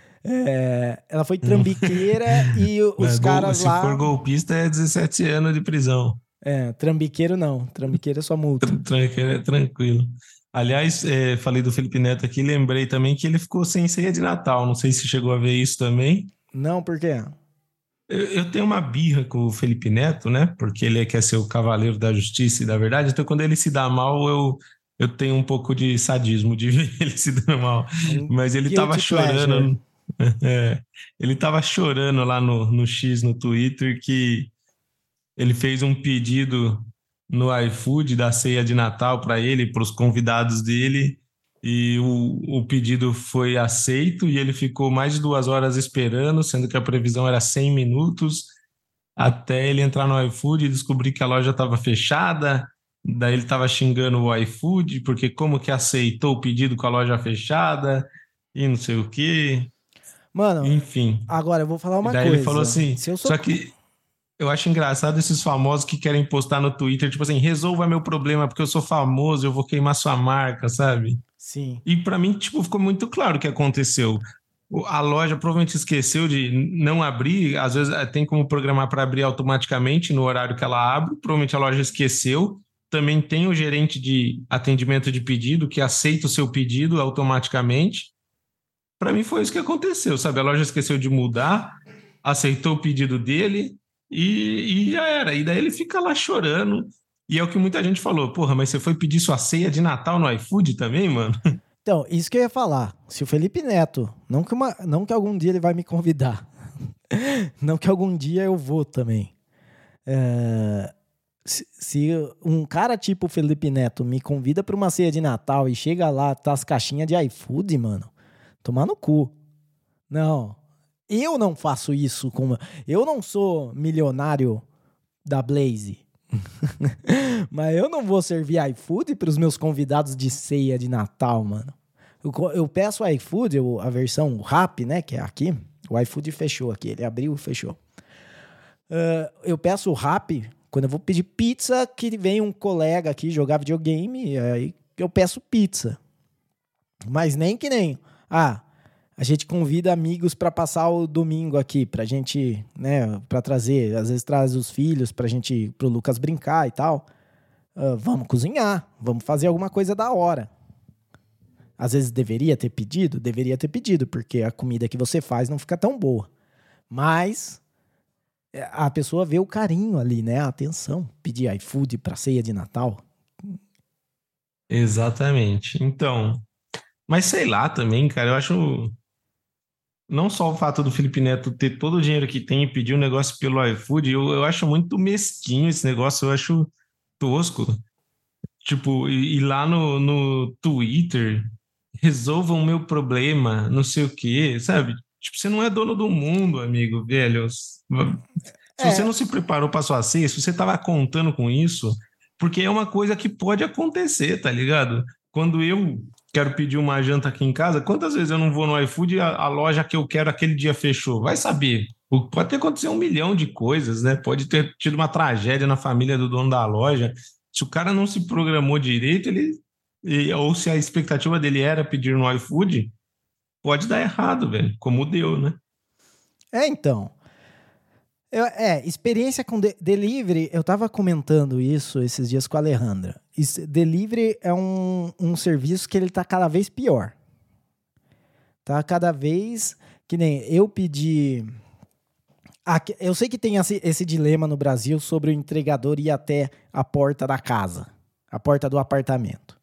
[SPEAKER 2] É, ela foi trambiqueira e os
[SPEAKER 1] é,
[SPEAKER 2] caras
[SPEAKER 1] se
[SPEAKER 2] lá...
[SPEAKER 1] Se for golpista é dezessete anos de prisão.
[SPEAKER 2] É, trambiqueiro não. Trambiqueiro é só multa.
[SPEAKER 1] Trambiqueiro é tranquilo. Aliás, é, falei do Felipe Neto aqui, lembrei também que ele ficou sem ceia de Natal. Não sei se chegou a ver isso também.
[SPEAKER 2] Não, por quê?
[SPEAKER 1] Eu, eu tenho uma birra com o Felipe Neto, né? Porque ele quer ser o cavaleiro da justiça e da verdade. Então, quando ele se dá mal, eu, eu tenho um pouco de sadismo de ver ele se dando mal.
[SPEAKER 2] Um
[SPEAKER 1] Mas ele tava
[SPEAKER 2] guilty pleasure.
[SPEAKER 1] chorando. É, ele tava chorando lá no, no X, no Twitter, que ele fez um pedido no iFood da ceia de Natal para ele, para os convidados dele, e o, o pedido foi aceito e ele ficou mais de duas horas esperando, sendo que a previsão era cem minutos, até ele entrar no iFood e descobrir que a loja estava fechada. Daí ele estava xingando o iFood, porque como que aceitou o pedido com a loja fechada e não sei o quê.
[SPEAKER 2] Mano,
[SPEAKER 1] Enfim.
[SPEAKER 2] agora eu vou falar
[SPEAKER 1] E
[SPEAKER 2] uma
[SPEAKER 1] daí ele falou
[SPEAKER 2] coisa.
[SPEAKER 1] assim,
[SPEAKER 2] Se eu sou.
[SPEAKER 1] só que eu acho engraçado esses famosos que querem postar no Twitter, tipo assim, resolva meu problema porque eu sou famoso, eu vou queimar sua marca, sabe?
[SPEAKER 2] Sim.
[SPEAKER 1] E para mim, tipo, ficou muito claro o que aconteceu. A loja provavelmente esqueceu de não abrir, às vezes tem como programar para abrir automaticamente no horário que ela abre, provavelmente a loja esqueceu. Também tem o gerente de atendimento de pedido que aceita o seu pedido automaticamente. Para mim foi isso que aconteceu, sabe? A loja esqueceu de mudar, aceitou o pedido dele e, e já era. E daí ele fica lá chorando. E é o que muita gente falou, porra, mas você foi pedir sua ceia de Natal no iFood também, mano?
[SPEAKER 2] Então, isso que eu ia falar. Se o Felipe Neto, não que, uma, não que algum dia ele vai me convidar, não que algum dia eu vou também. É, se, se um cara tipo o Felipe Neto me convida para uma ceia de Natal e chega lá, tá as caixinhas de iFood, mano, tomar no cu. Não, eu não faço isso. Com, eu não sou milionário da Blaze. Mas eu não vou servir iFood para os meus convidados de ceia de Natal, mano. Eu, eu peço o iFood, eu, a versão Rappi, né, que é aqui. O iFood fechou aqui, ele abriu e fechou. Uh, eu peço o Rappi quando eu vou pedir pizza, que vem um colega aqui jogar videogame, aí eu peço pizza. Mas nem que nem... Ah, a gente convida amigos para passar o domingo aqui, pra gente, né, pra trazer, às vezes traz os filhos pra gente, pro Lucas brincar e tal. Uh, vamos cozinhar, vamos fazer alguma coisa da hora. Às vezes deveria ter pedido, deveria ter pedido, porque a comida que você faz não fica tão boa. Mas a pessoa vê o carinho ali, né, a atenção, pedir iFood pra ceia de Natal.
[SPEAKER 1] Exatamente. Então, mas sei lá também, cara, eu acho não só o fato do Felipe Neto ter todo o dinheiro que tem e pedir um negócio pelo iFood, eu, eu acho muito mesquinho esse negócio, eu acho tosco. Tipo, ir lá no, no Twitter, resolvam o meu problema, não sei o quê, sabe? Tipo, você não é dono do mundo, amigo, velho. Se você
[SPEAKER 2] É,
[SPEAKER 1] não se preparou para sua ceia, se você estava contando com isso, porque é uma coisa que pode acontecer, tá ligado? Quando eu quero pedir uma janta aqui em casa, quantas vezes eu não vou no iFood e a, a loja que eu quero aquele dia fechou? Vai saber. Pode ter acontecido um milhão de coisas, né? Pode ter tido uma tragédia na família do dono da loja. Se o cara não se programou direito, ele ou se a expectativa dele era pedir no iFood, pode dar errado, velho, como deu, né?
[SPEAKER 2] é então. Eu, é, experiência com de- delivery, eu tava comentando isso esses dias com a Alejandra. Isso, delivery é um, um serviço que ele tá cada vez pior. Tá cada vez... Que nem eu pedi... Aqui, eu sei que tem esse, esse dilema no Brasil sobre o entregador ir até a porta da casa. A porta do apartamento.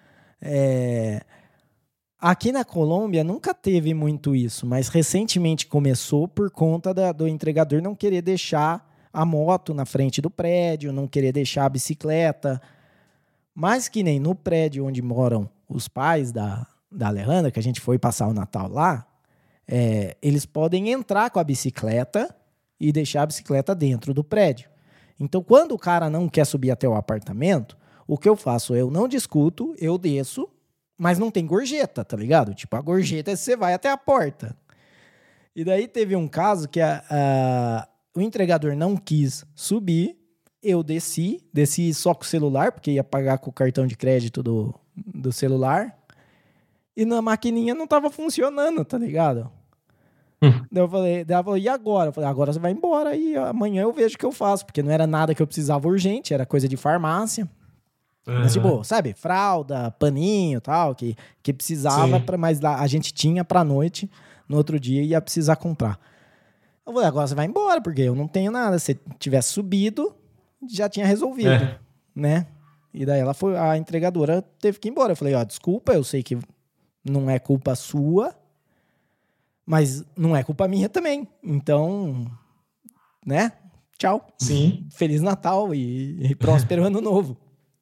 [SPEAKER 2] É... Aqui na Colômbia nunca teve muito isso, mas recentemente começou por conta da, do entregador não querer deixar a moto na frente do prédio, não querer deixar a bicicleta. Mas que nem no prédio onde moram os pais da, da Alejandra, que a gente foi passar o Natal lá, é, eles podem entrar com a bicicleta e deixar a bicicleta dentro do prédio. Então, quando o cara não quer subir até o apartamento, o que eu faço? Eu não discuto, eu desço, mas não tem gorjeta, tá ligado? Tipo, a gorjeta é você vai até a porta. E daí teve um caso que a, a, o entregador não quis subir, eu desci, desci só com o celular, porque ia pagar com o cartão de crédito do, do celular, e na maquininha não tava funcionando, tá ligado?
[SPEAKER 1] Hum.
[SPEAKER 2] Daí eu falei, daí ela falou, e agora? Eu falei, agora você vai embora aí, amanhã eu vejo o que eu faço, porque não era nada que eu precisava urgente, era coisa de farmácia. Mas, tipo,
[SPEAKER 1] Uhum.
[SPEAKER 2] sabe, fralda, paninho e tal, que, que precisava,
[SPEAKER 1] Sim.
[SPEAKER 2] pra, mas lá, a gente tinha pra noite, no outro dia ia precisar comprar. Eu falei, agora você vai embora, porque eu não tenho nada. Se tivesse subido, já tinha resolvido,
[SPEAKER 1] É.
[SPEAKER 2] né? E daí ela foi, a entregadora teve que ir embora. Eu falei, ó, desculpa, eu sei que não é culpa sua, mas não é culpa minha também. Então, né? Tchau.
[SPEAKER 1] Sim.
[SPEAKER 2] Feliz Natal e, e próspero ano novo.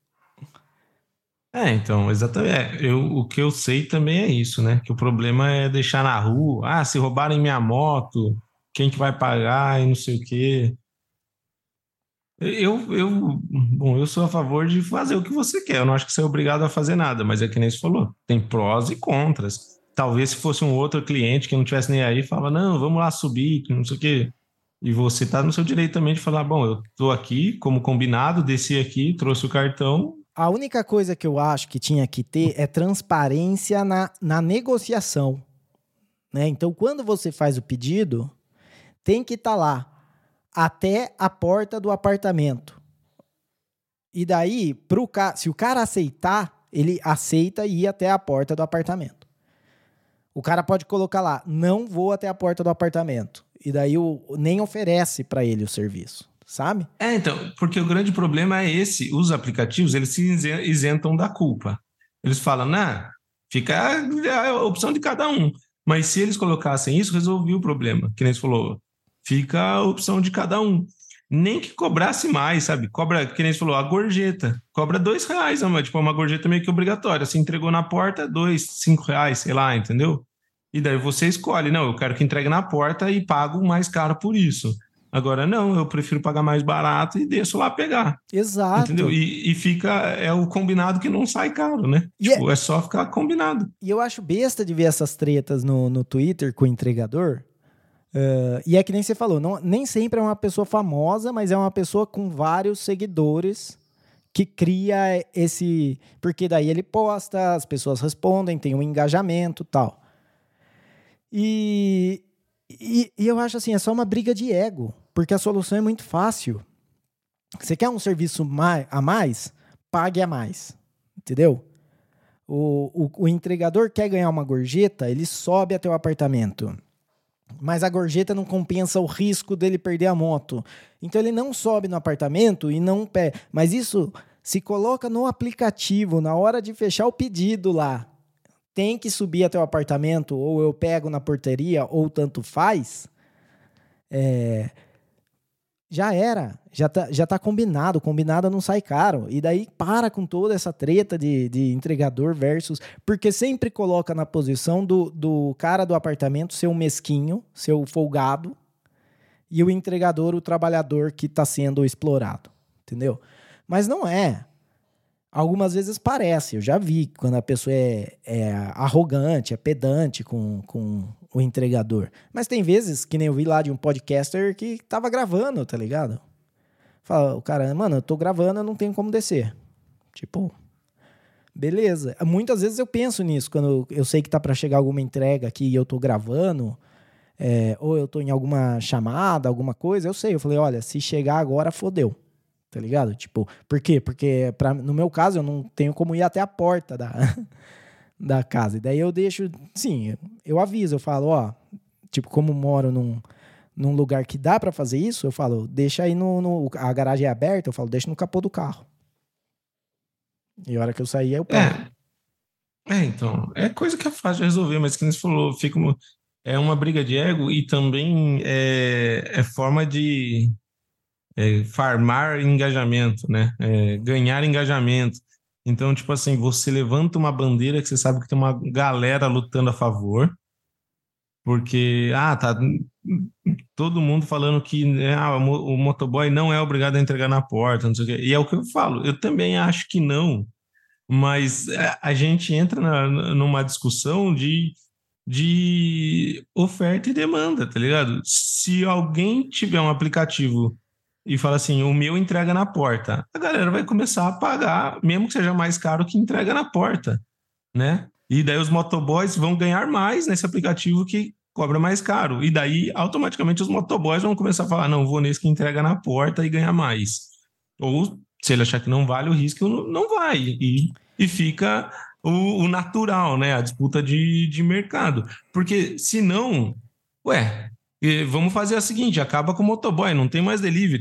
[SPEAKER 1] É, então, exatamente. É, eu, o que eu sei também é isso, né? Que o problema é deixar na rua. Ah, se roubarem minha moto, quem que vai pagar e não sei o quê. Eu, eu, bom, eu sou a favor de fazer o que você quer. Eu não acho que você é obrigado a fazer nada, mas é que nem você falou, tem prós e contras. Talvez se fosse um outro cliente que não tivesse nem aí, falava, não, vamos lá subir, que não sei o quê. E você tá no seu direito também de falar, bom, eu tô aqui, como combinado, desci aqui, trouxe o cartão.
[SPEAKER 2] A única coisa que eu acho que tinha que ter é transparência na, na negociação, né? Então, quando você faz o pedido, tem que estar lá até a porta do apartamento. E daí, pro ca... se o cara aceitar, ele aceita ir até a porta do apartamento. O cara pode colocar lá, não vou até a porta do apartamento. E daí o... nem oferece para ele o serviço, sabe?
[SPEAKER 1] É, então, porque o grande problema é esse, os aplicativos, eles se isentam da culpa. Eles falam, nah, fica a, a opção de cada um. Mas se eles colocassem isso, resolvia o problema. Que nem você falou, fica a opção de cada um. Nem que cobrasse mais, sabe? Cobra, que nem você falou, a gorjeta. Cobra dois reais, né? Tipo, uma gorjeta meio que obrigatória. Se entregou na porta, dois, cinco reais, sei lá, entendeu? E daí você escolhe, não, eu quero que entregue na porta e pago mais caro por isso. Agora, não, eu prefiro pagar mais barato e desço lá pegar.
[SPEAKER 2] Exato.
[SPEAKER 1] Entendeu? E, e fica, é o combinado que não sai caro, né?
[SPEAKER 2] E
[SPEAKER 1] tipo,
[SPEAKER 2] é...
[SPEAKER 1] é só ficar combinado.
[SPEAKER 2] E eu acho besta de ver essas tretas no, no Twitter com o entregador. Uh, e é que nem você falou, não, nem sempre é uma pessoa famosa, mas é uma pessoa com vários seguidores que cria esse... Porque daí ele posta, as pessoas respondem, tem um engajamento e tal. E, e, e eu acho assim, é só uma briga de ego, porque a solução é muito fácil. Você quer um serviço mais, a mais? Pague a mais, entendeu? O, o, o entregador quer ganhar uma gorjeta, ele sobe até o apartamento. Mas a gorjeta não compensa o risco dele perder a moto. Então ele não sobe no apartamento e não pega. Mas isso se coloca no aplicativo, na hora de fechar o pedido lá. Tem que subir até o apartamento, ou eu pego na portaria, ou tanto faz. É... Já era, já tá, já tá combinado, combinado não sai caro. E daí para com toda essa treta de, de entregador versus... Porque sempre coloca na posição do, do cara do apartamento ser um mesquinho, ser o folgado, e o entregador, o trabalhador que está sendo explorado, entendeu? Mas não é. Algumas vezes parece, eu já vi, quando a pessoa é, é arrogante, é pedante com... com o entregador. Mas tem vezes, que nem eu vi lá de um podcaster que tava gravando, tá ligado? Fala, o cara, mano, eu tô gravando, eu não tenho como descer. Tipo, beleza. Muitas vezes eu penso nisso, quando eu sei que tá pra chegar alguma entrega aqui e eu tô gravando, é, ou eu tô em alguma chamada, alguma coisa, eu sei. Eu falei, olha, se chegar agora, fodeu. Tá ligado? Tipo, por quê? Porque pra, no meu caso, eu não tenho como ir até a porta da... da casa. E daí eu deixo, sim, eu aviso, eu falo, ó, tipo, como moro num, num lugar que dá pra fazer isso, eu falo, deixa aí no, no... A garagem é aberta, eu falo, deixa no capô do carro. E a hora que eu sair, eu pego.
[SPEAKER 1] É, é, então, é coisa que é fácil de resolver, mas que nem você falou, fica uma, é uma briga de ego e também é, é forma de é, farmar engajamento, né? É, ganhar engajamento. Então, tipo assim, você levanta uma bandeira que você sabe que tem uma galera lutando a favor, porque, ah, tá todo mundo falando que né, ah, o motoboy não é obrigado a entregar na porta, não sei o quê. E é o que eu falo, eu também acho que não, mas a gente entra na, numa discussão de, de oferta e demanda, tá ligado? Se alguém tiver um aplicativo e fala assim, o meu entrega na porta, a galera vai começar a pagar, mesmo que seja mais caro que entrega na porta, né? E daí os motoboys vão ganhar mais nesse aplicativo que cobra mais caro. E daí, automaticamente, os motoboys vão começar a falar, não, vou nesse que entrega na porta e ganha mais. Ou, se ele achar que não vale o risco, não vai. E, e fica o, o natural, né? A disputa de, de mercado. Porque, se não, ué... E vamos fazer a seguinte, acaba com o motoboy, não tem mais delivery.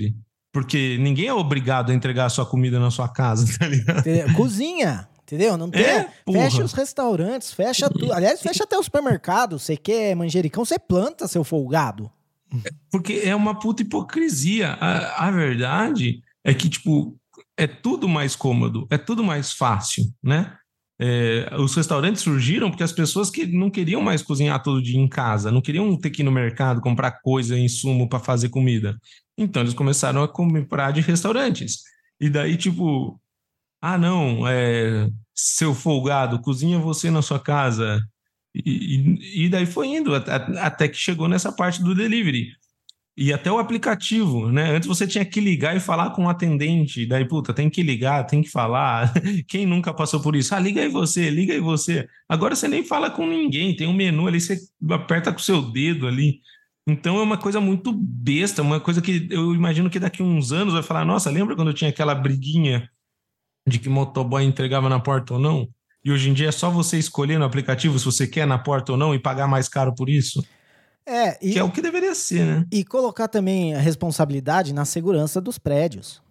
[SPEAKER 1] Porque ninguém é obrigado a entregar a sua comida na sua casa, tá ligado?
[SPEAKER 2] Entendeu? Cozinha, entendeu? Não tem.
[SPEAKER 1] É,
[SPEAKER 2] Fecha
[SPEAKER 1] porra.
[SPEAKER 2] os restaurantes, fecha tudo. Aliás, fecha até o supermercado. Você quer manjericão, você planta, seu folgado.
[SPEAKER 1] Porque é uma puta hipocrisia. A, a verdade é que, tipo, é tudo mais cômodo, é tudo mais fácil, né? É, os restaurantes surgiram porque as pessoas que não queriam mais cozinhar todo dia em casa, não queriam ter que ir no mercado comprar coisa, insumo para fazer comida. Então eles começaram a comprar de restaurantes. E daí, tipo, ah, não, é, seu folgado, cozinha você na sua casa. E, e, e daí foi indo, até, até que chegou nessa parte do delivery. E até o aplicativo, né? Antes você tinha que ligar e falar com o atendente. Daí, puta, tem que ligar, tem que falar. Quem nunca passou por isso? Ah, liga aí você, liga aí você. Agora você nem fala com ninguém, tem um menu ali, você aperta com o seu dedo ali. Então é uma coisa muito besta, uma coisa que eu imagino que daqui a uns anos vai falar: nossa, lembra quando tinha aquela briguinha de que motoboy entregava na porta ou não? E hoje em dia é só você escolher no aplicativo se você quer na porta ou não e pagar mais caro por isso?
[SPEAKER 2] É,
[SPEAKER 1] Que é
[SPEAKER 2] e,
[SPEAKER 1] o que deveria ser, né?
[SPEAKER 2] e colocar também a responsabilidade na segurança dos prédios.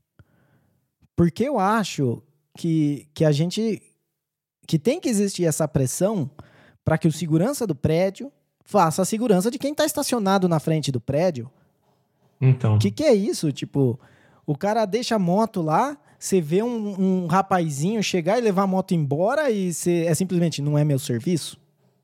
[SPEAKER 2] Porque eu acho que, que a gente. Que tem que existir essa pressão para que o segurança do prédio faça a segurança de quem está estacionado na frente do prédio.
[SPEAKER 1] Então.
[SPEAKER 2] O que, que é isso? Tipo, o cara deixa a moto lá, você vê um, um rapazinho chegar e levar a moto embora e você, é simplesmente, não é meu serviço?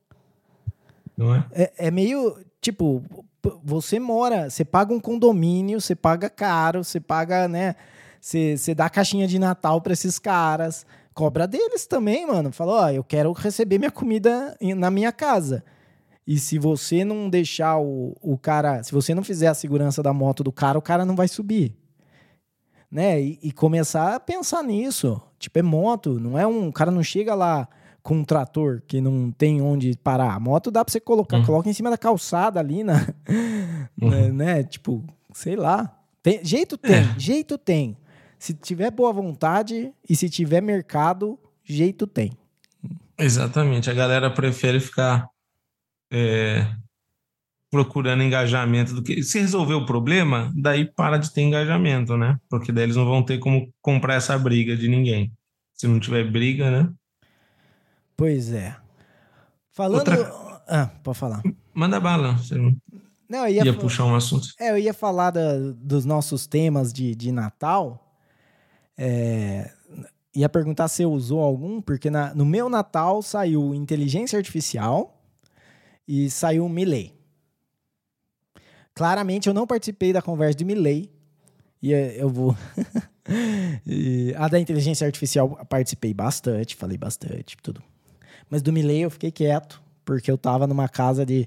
[SPEAKER 1] Não é?
[SPEAKER 2] É, é meio, tipo, você mora, você paga um condomínio, você paga caro, você paga, né? Você, você dá caixinha de Natal para esses caras, cobra deles também, mano. Fala, ó, eu quero receber minha comida na minha casa. E se você não deixar o, o cara, se você não fizer a segurança da moto do cara, o cara não vai subir. Né? E, e começar a pensar nisso. Tipo, é moto, não é um... O cara não chega lá com um trator que não tem onde parar. A moto dá pra você colocar, uhum. Coloca em cima da calçada ali, na, uhum. né, né? Tipo, sei lá. Tem, jeito tem, é. jeito tem. Se tiver boa vontade e se tiver mercado, jeito tem.
[SPEAKER 1] Exatamente. A galera prefere ficar é, procurando engajamento do que... Se resolver o problema, daí para de ter engajamento, né? Porque daí eles não vão ter como comprar essa briga de ninguém. Se não tiver briga, né?
[SPEAKER 2] Pois é. Falando... Outra... Ah, pode falar.
[SPEAKER 1] Manda bala. Você
[SPEAKER 2] não, eu ia,
[SPEAKER 1] ia puxar um assunto.
[SPEAKER 2] É, eu ia falar da, dos nossos temas de, de Natal. É... Ia perguntar se eu usou algum, porque na, no meu Natal saiu Inteligência Artificial e saiu Milley. Claramente eu não participei da conversa de Milley. E eu vou... e a da Inteligência Artificial participei bastante, falei bastante, tudo. Mas do Milley eu fiquei quieto, porque eu tava numa casa de...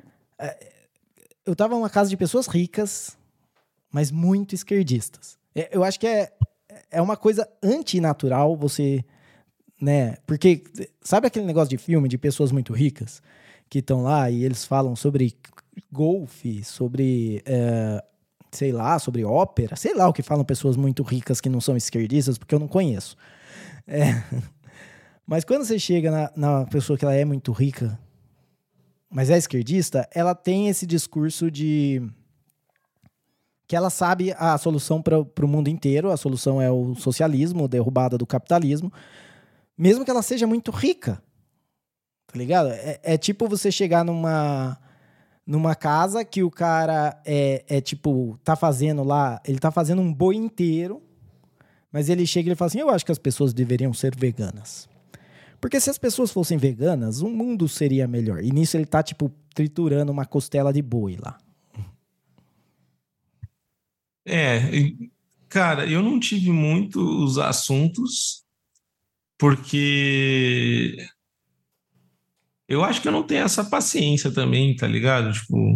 [SPEAKER 2] Eu tava numa casa de pessoas ricas, mas muito esquerdistas. Eu acho que é, é uma coisa antinatural você... né? Porque sabe aquele negócio de filme de pessoas muito ricas que estão lá e eles falam sobre golfe, sobre... É, sei lá, sobre ópera, sei lá o que falam pessoas muito ricas que não são esquerdistas, porque eu não conheço. É... Mas quando você chega na, na pessoa que ela é muito rica, mas é esquerdista, ela tem esse discurso de que ela sabe a solução para o mundo inteiro, a solução é o socialismo, a derrubada do capitalismo, mesmo que ela seja muito rica, tá ligado? É, é tipo você chegar numa, numa casa que o cara é, é tipo, tá fazendo lá, ele tá fazendo um boi inteiro, mas ele chega e ele fala assim, eu acho que as pessoas deveriam ser veganas. Porque se as pessoas fossem veganas, o mundo seria melhor. E nisso ele tá, tipo, triturando uma costela de boi lá.
[SPEAKER 1] É, cara, eu não tive muitos assuntos, porque eu acho que eu não tenho essa paciência também, tá ligado? Tipo,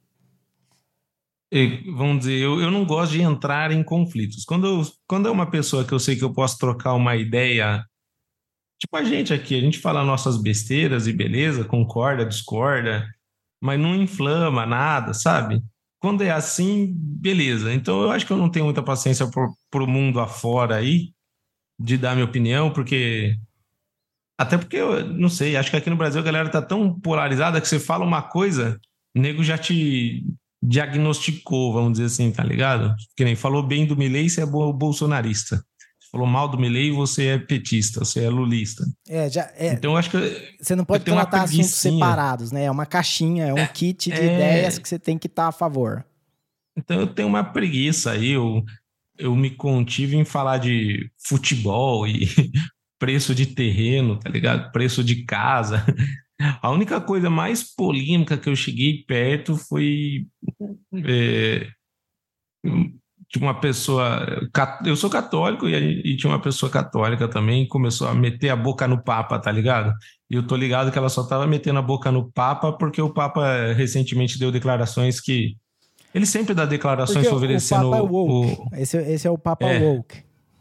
[SPEAKER 1] vamos dizer, eu, eu não gosto de entrar em conflitos. Quando, eu, quando é uma pessoa que eu sei que eu posso trocar uma ideia... Tipo a gente aqui, a gente fala nossas besteiras e beleza, concorda, discorda, mas não inflama nada, sabe? Quando é assim, beleza. Então eu acho que eu não tenho muita paciência pro, pro mundo afora aí, de dar minha opinião, porque... Até porque, eu não sei, acho que aqui no Brasil a galera tá tão polarizada que você fala uma coisa, o nego já te, diagnosticou, vamos dizer assim, tá ligado? Que nem falou bem do Milei, você é bolsonarista. Falou mal do Milei, você é petista, você é lulista.
[SPEAKER 2] É, já, é,
[SPEAKER 1] então, eu acho que
[SPEAKER 2] você não pode tratar assuntos separados, né? É uma caixinha, é um é, kit de é... ideias que você tem que estar a favor.
[SPEAKER 1] Então, eu tenho uma preguiça aí, eu, eu me contive em falar de futebol e preço de terreno, tá ligado? Preço de casa. A única coisa mais polêmica que eu cheguei perto foi... É, de uma pessoa... Eu sou católico e, e tinha uma pessoa católica também que começou a meter a boca no Papa, tá ligado? E eu tô ligado que ela só tava metendo a boca no Papa porque o Papa recentemente deu declarações que... Ele sempre dá declarações favorecendo...
[SPEAKER 2] O Papa é woke. O... Esse, esse é o Papa é. woke.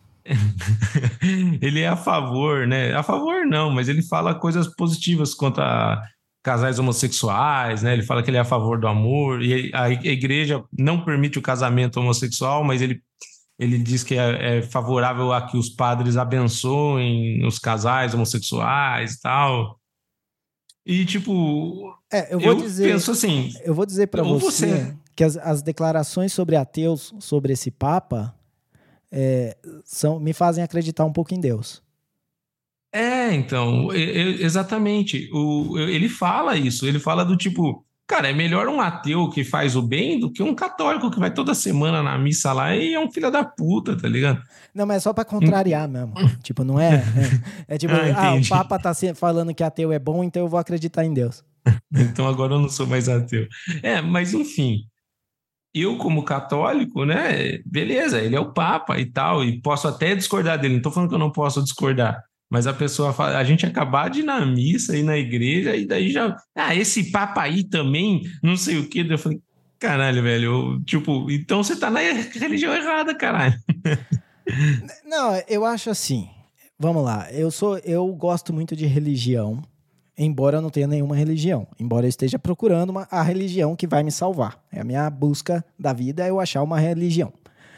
[SPEAKER 1] Ele é a favor, né? A favor não, mas ele fala coisas positivas contra casais homossexuais, né? Ele fala que ele é a favor do amor, e a igreja não permite o casamento homossexual, mas ele, ele diz que é, é favorável a que os padres abençoem os casais homossexuais e tal. E, tipo,
[SPEAKER 2] é, eu, vou
[SPEAKER 1] eu
[SPEAKER 2] dizer,
[SPEAKER 1] penso assim...
[SPEAKER 2] Eu vou dizer para você, você que as, as declarações sobre ateus, sobre esse Papa, é, são, me fazem acreditar um pouco em Deus.
[SPEAKER 1] É, então, exatamente. O, ele fala isso, ele fala do tipo, cara, é melhor um ateu que faz o bem do que um católico que vai toda semana na missa lá e é um filho da puta, tá ligado?
[SPEAKER 2] Não, mas é só pra contrariar mesmo. Tipo, não é... É, é tipo, ah, ah, o Papa tá falando que ateu é bom, então eu vou acreditar em Deus.
[SPEAKER 1] Então agora eu não sou mais ateu. É, mas enfim... Eu, como católico, né, beleza, ele é o Papa e tal, e posso até discordar dele, não tô falando que eu não posso discordar, mas a pessoa fala, a gente acabar de ir na missa, ir na igreja, e daí já, ah, esse Papa aí também, não sei o quê, eu falei, caralho, velho, eu, tipo, então você tá na religião errada, caralho.
[SPEAKER 2] Não, eu acho assim, vamos lá, eu sou, eu gosto muito de religião, embora eu não tenha nenhuma religião, embora eu esteja procurando uma, a religião que vai me salvar. É a minha busca da vida, é eu achar uma religião.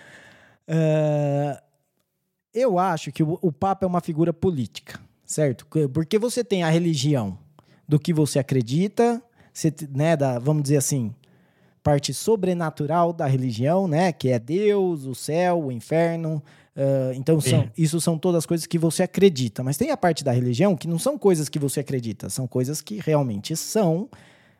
[SPEAKER 2] Uh, eu acho que o, o Papa é uma figura política, certo? Porque você tem a religião do que você acredita, você, né, da, vamos dizer assim, parte sobrenatural da religião, né, que é Deus, o céu, o inferno... Uh, então, são, isso são todas as coisas que você acredita. Mas tem a parte da religião que não são coisas que você acredita, são coisas que realmente são,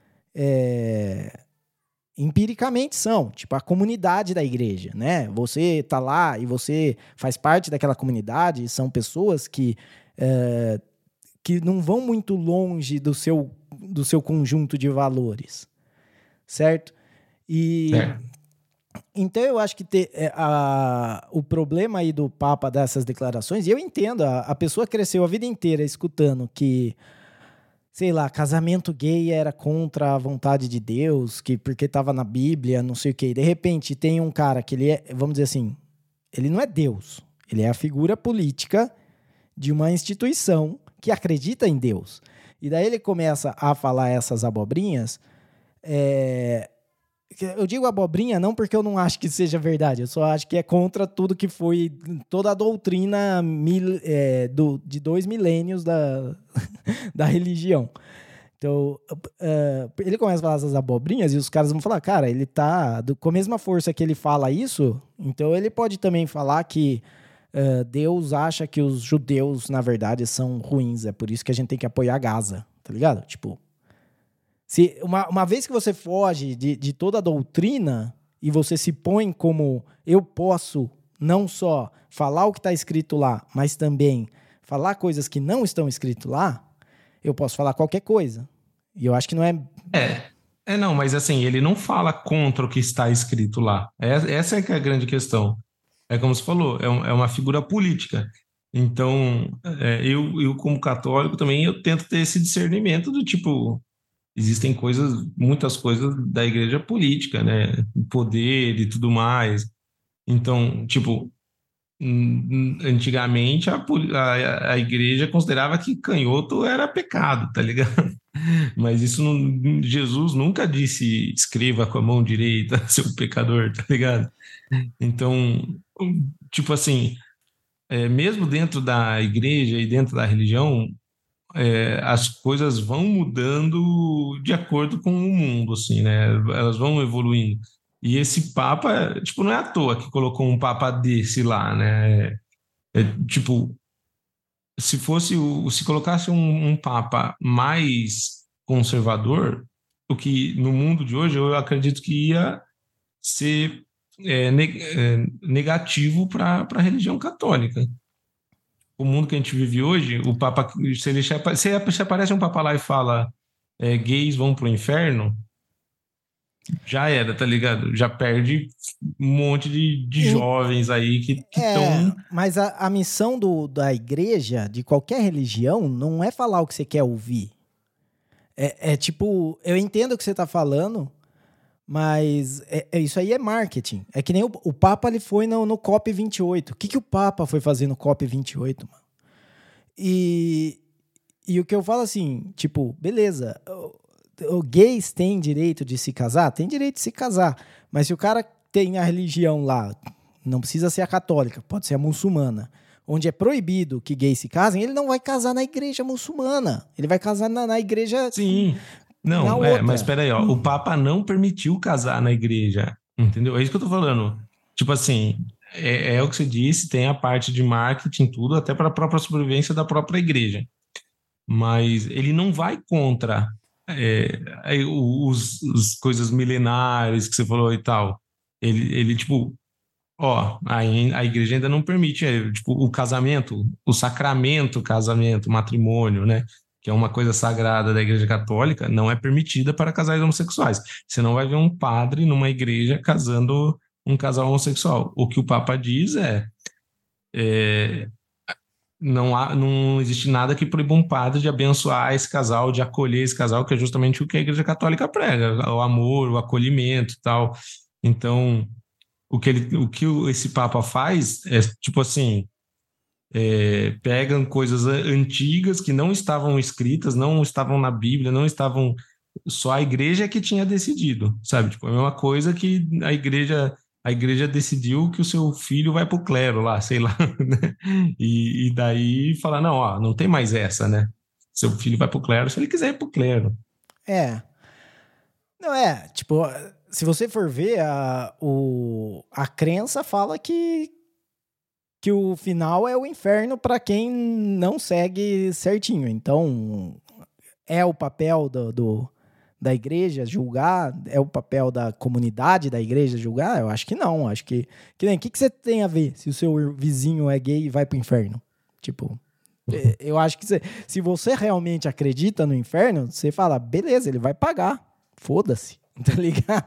[SPEAKER 2] é, empiricamente são. Tipo, a comunidade da igreja, né? Você tá lá e você faz parte daquela comunidade, são pessoas que, é, que não vão muito longe do seu, do seu conjunto de valores, certo? E... É. Então, eu acho que ter, é, a, o problema aí do Papa dessas declarações, e eu entendo, a, a pessoa cresceu a vida inteira escutando que, sei lá, casamento gay era contra a vontade de Deus, que porque estava na Bíblia, não sei o quê. De repente, tem um cara que ele é, vamos dizer assim, ele não é Deus, ele é a figura política de uma instituição que acredita em Deus. E daí ele começa a falar essas abobrinhas, é... Eu digo abobrinha não porque eu não acho que seja verdade, eu só acho que é contra tudo que foi, toda a doutrina mil, é, do, de dois milênios da, da religião. Então, uh, ele começa a falar essas abobrinhas e os caras vão falar, cara, ele tá, do, com a mesma força que ele fala isso, então ele pode também falar que uh, Deus acha que os judeus, na verdade, são ruins, é por isso que a gente tem que apoiar Gaza, tá ligado? Tipo... Se uma, uma vez que você foge de, de toda a doutrina e você se põe como eu posso não só falar o que está escrito lá, mas também falar coisas que não estão escritas lá, eu posso falar qualquer coisa. E eu acho que não é...
[SPEAKER 1] É, é não, mas assim, ele não fala contra o que está escrito lá. É, essa é que é a grande questão. É como você falou, é, um, é uma figura política. Então, é, eu, eu como católico também, eu tento ter esse discernimento do tipo... Existem coisas, muitas coisas da igreja política, né? Poder e tudo mais. Então, tipo, antigamente a, a, a igreja considerava que canhoto era pecado, tá ligado? Mas isso não, Jesus nunca disse escreva com a mão direita, seu pecador, tá ligado? Então, tipo assim, é, mesmo dentro da igreja e dentro da religião, é, as coisas vão mudando de acordo com o mundo, assim, né? Elas vão evoluindo. E esse Papa, tipo, não é à toa que colocou um Papa desse lá, né? É, tipo, se fosse o, se colocasse um, um Papa mais conservador, o que no mundo de hoje eu acredito que ia ser é, ne- é, negativo para a religião católica. O mundo que a gente vive hoje, o Papa, se ele se se aparece um Papa lá e fala é, gays vão pro inferno, já era, tá ligado? Já perde um monte de, de
[SPEAKER 2] E-
[SPEAKER 1] jovens aí que
[SPEAKER 2] É,
[SPEAKER 1] estão.
[SPEAKER 2] mas a, a missão do, da igreja, de qualquer religião, não é falar o que você quer ouvir. É, é tipo, eu entendo o que você está falando, mas é, é- isso aí é marketing. É que nem o, o Papa ele foi no, no COP vinte e oito. O que, que o Papa foi fazer no COP vinte e oito, mano? E, e o que eu falo assim, tipo, beleza, o, o gays têm direito de se casar? Tem direito de se casar. Mas se o cara tem a religião lá, não precisa ser a católica, pode ser a muçulmana, onde é proibido que gays se casem, ele não vai casar na igreja muçulmana. Ele vai casar na, na igreja,
[SPEAKER 1] Sim.
[SPEAKER 2] na
[SPEAKER 1] Não, é, mas
[SPEAKER 2] outra.
[SPEAKER 1] espera aí, ó. O Papa não permitiu casar na igreja, entendeu? É isso que eu tô falando. Tipo assim, é, é o que você disse, tem a parte de marketing, tudo, até para a própria sobrevivência da própria igreja. Mas ele não vai contra é, aí os, os coisas milenares que você falou e tal. Ele, ele tipo, ó, a, a igreja ainda não permite, é, tipo, o casamento, o sacramento, casamento, matrimônio, né? Que é uma coisa sagrada da igreja católica, não é permitida para casais homossexuais. Você não vai ver um padre numa igreja casando um casal homossexual. O que o Papa diz é, é não há, não existe nada que proíba um padre de abençoar esse casal, de acolher esse casal, que é justamente o que a Igreja Católica prega, o amor, o acolhimento e tal. Então, o que, ele, o que esse Papa faz é, tipo assim, é, pegam coisas antigas que não estavam escritas, não estavam na Bíblia, não estavam... Só a igreja que tinha decidido, sabe? Tipo, é a mesma coisa que a igreja a igreja decidiu que o seu filho vai pro clero lá, sei lá, né? E, e daí falar, não, ó, não tem mais essa, né? Seu filho vai pro clero se ele quiser ir pro clero.
[SPEAKER 2] É. Não é, tipo, se você for ver, a, o, a crença fala que, que o final é o inferno para quem não segue certinho. Então, é o papel do, do, da igreja julgar? É o papel da comunidade da igreja julgar? Eu acho que não. Acho que. Que nem, o que, que você tem a ver se o seu vizinho é gay e vai pro inferno? Tipo. Eu acho que você, se você realmente acredita no inferno, você fala, beleza, ele vai pagar. Foda-se. Tá ligado?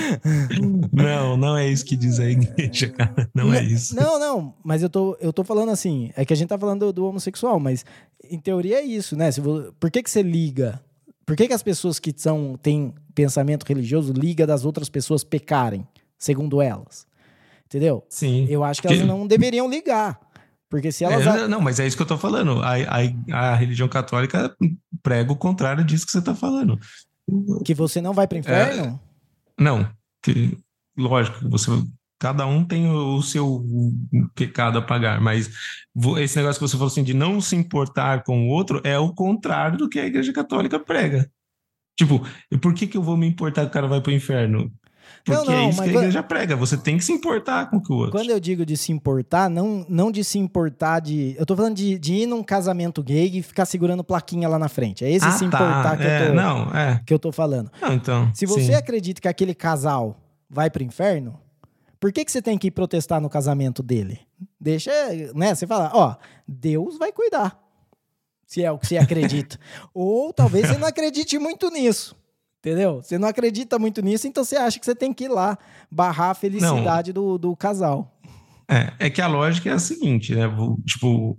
[SPEAKER 1] Não, não é isso que diz a igreja, cara. Não é isso.
[SPEAKER 2] Não, não, mas eu tô, eu tô falando assim, é que a gente tá falando do, do homossexual, mas em teoria é isso, né? Se vo, por que que você liga? Por que que as pessoas que são, têm pensamento religioso ligam das outras pessoas pecarem, segundo elas? Entendeu?
[SPEAKER 1] Sim.
[SPEAKER 2] Eu acho que elas
[SPEAKER 1] Porque,
[SPEAKER 2] não deveriam ligar. Porque se elas...
[SPEAKER 1] é, não, mas é isso que eu tô falando. A, a, a religião católica prega o contrário disso que você tá falando.
[SPEAKER 2] Que você não vai pro
[SPEAKER 1] É,
[SPEAKER 2] inferno?
[SPEAKER 1] não, que, lógico, você, cada um tem o, o seu pecado a pagar, mas vo- esse negócio que você falou assim de não se importar com o outro é o contrário do que a Igreja Católica prega. Tipo, e por que que eu vou me importar que o cara vai pro inferno?
[SPEAKER 2] Não,
[SPEAKER 1] Porque é
[SPEAKER 2] não,
[SPEAKER 1] isso
[SPEAKER 2] mas
[SPEAKER 1] que a
[SPEAKER 2] quan-
[SPEAKER 1] igreja prega, você tem que se importar com o outro.
[SPEAKER 2] quando eu digo de se importar, não, não de se importar de... Eu tô falando de, de ir num casamento gay e ficar segurando plaquinha lá na frente. É esse
[SPEAKER 1] Ah,
[SPEAKER 2] se
[SPEAKER 1] tá,
[SPEAKER 2] importar que eu
[SPEAKER 1] é,
[SPEAKER 2] tô,
[SPEAKER 1] não, é.
[SPEAKER 2] que eu tô falando.
[SPEAKER 1] Não, então,
[SPEAKER 2] Se você
[SPEAKER 1] sim.
[SPEAKER 2] acredita que aquele casal vai pro inferno, por que, que você tem que ir protestar no casamento dele? Deixa, né? Você fala, ó, Deus vai cuidar, se é o que você acredita. Ou talvez você não acredite muito nisso, entendeu? Você não acredita muito nisso, então você acha que você tem que ir lá barrar a
[SPEAKER 1] Não,
[SPEAKER 2] felicidade do, do casal.
[SPEAKER 1] é, é que a lógica é a seguinte, né? vo- Tipo,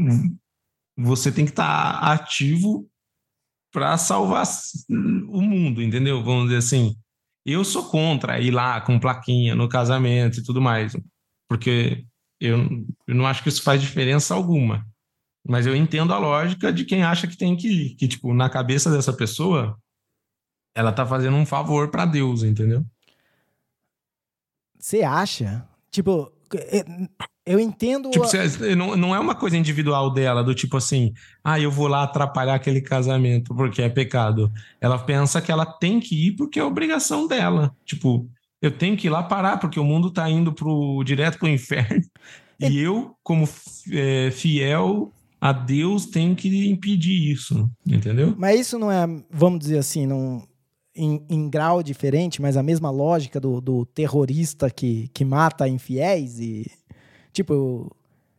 [SPEAKER 1] você tem que estar ativo para salvar s- o mundo, entendeu? Vamos dizer assim. Eu sou contra ir lá com plaquinha no casamento e tudo mais, porque eu, eu não acho que isso faz diferença alguma. Mas eu entendo a lógica de quem acha que tem que ir, que, tipo, na cabeça dessa pessoa, ela tá fazendo um favor para Deus, entendeu?
[SPEAKER 2] Você acha? Tipo, eu entendo...
[SPEAKER 1] Tipo, você, não, não é uma coisa individual dela, do tipo assim, ah, eu vou lá atrapalhar aquele casamento porque é pecado. Ela pensa que ela tem que ir porque é obrigação dela. Tipo, eu tenho que ir lá parar porque o mundo tá indo pro, direto pro inferno e eu, como é, fiel a Deus, tenho que impedir isso, entendeu?
[SPEAKER 2] Mas isso não é, vamos dizer assim, não, em, em grau diferente, mas a mesma lógica do, do terrorista que, que mata infiéis e, tipo...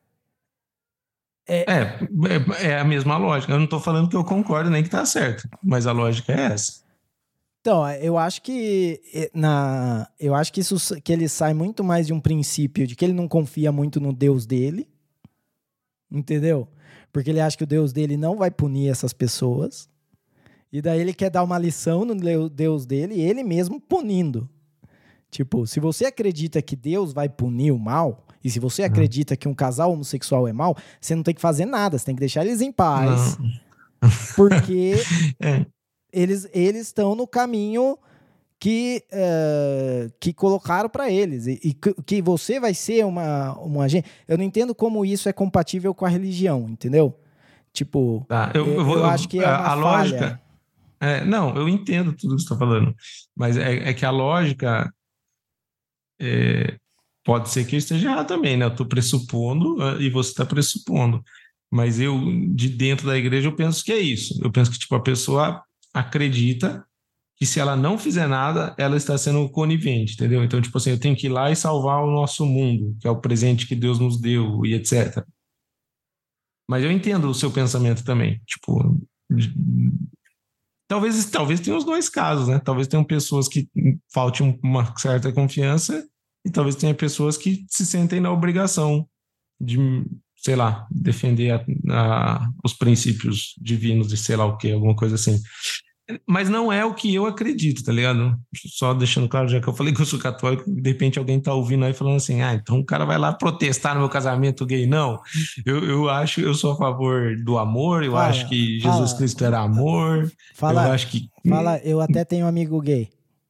[SPEAKER 1] É, é, é a mesma lógica. Eu não tô falando que eu concordo nem que tá certo, mas a lógica é essa.
[SPEAKER 2] Então, eu acho que na, eu acho que isso que ele sai muito mais de um princípio de que ele não confia muito no Deus dele, entendeu? Porque ele acha que o Deus dele não vai punir essas pessoas. E daí ele quer dar uma lição no Deus dele, ele mesmo punindo. Tipo, se você acredita que Deus vai punir o mal, e se você acredita que um casal homossexual é mal, você não tem que fazer nada, você tem que deixar eles em paz. Não. Porque é. eles eles estão no caminho que, uh, que colocaram para eles. E, e que você vai ser uma, uma gente... Eu não entendo como isso é compatível com a religião, entendeu? Tipo,
[SPEAKER 1] tá, eu, eu, eu,
[SPEAKER 2] eu acho que é uma
[SPEAKER 1] a, a
[SPEAKER 2] falha.
[SPEAKER 1] Lógica, é, não, eu entendo tudo que você está falando, mas é, é que a lógica é, pode ser que eu esteja errado também, né? Eu estou pressupondo e você está pressupondo. Mas eu, de dentro da igreja, eu penso que é isso. Eu penso que tipo, a pessoa acredita que se ela não fizer nada, ela está sendo conivente, entendeu? Então, tipo assim, eu tenho que ir lá e salvar o nosso mundo, que é o presente que Deus nos deu, e etcétera. Mas eu entendo o seu pensamento também. Tipo, talvez, talvez tenha os dois casos, né? Talvez tenham pessoas que falte uma certa confiança e talvez tenha pessoas que se sentem na obrigação de, sei lá, defender a, a, os princípios divinos de sei lá o quê, alguma coisa assim. Mas não é o que eu acredito, tá ligado? Só deixando claro, já que eu falei que eu sou católico, de repente alguém tá ouvindo aí falando assim, ah, então o cara vai lá protestar no meu casamento gay. Não, eu, eu acho, eu sou a favor do amor, eu fala, acho que fala, Jesus Cristo era amor,
[SPEAKER 2] fala,
[SPEAKER 1] eu acho que...
[SPEAKER 2] Fala, eu até tenho um amigo gay.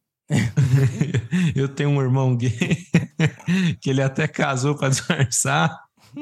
[SPEAKER 1] Eu tenho um irmão gay, que ele até casou para disfarçar,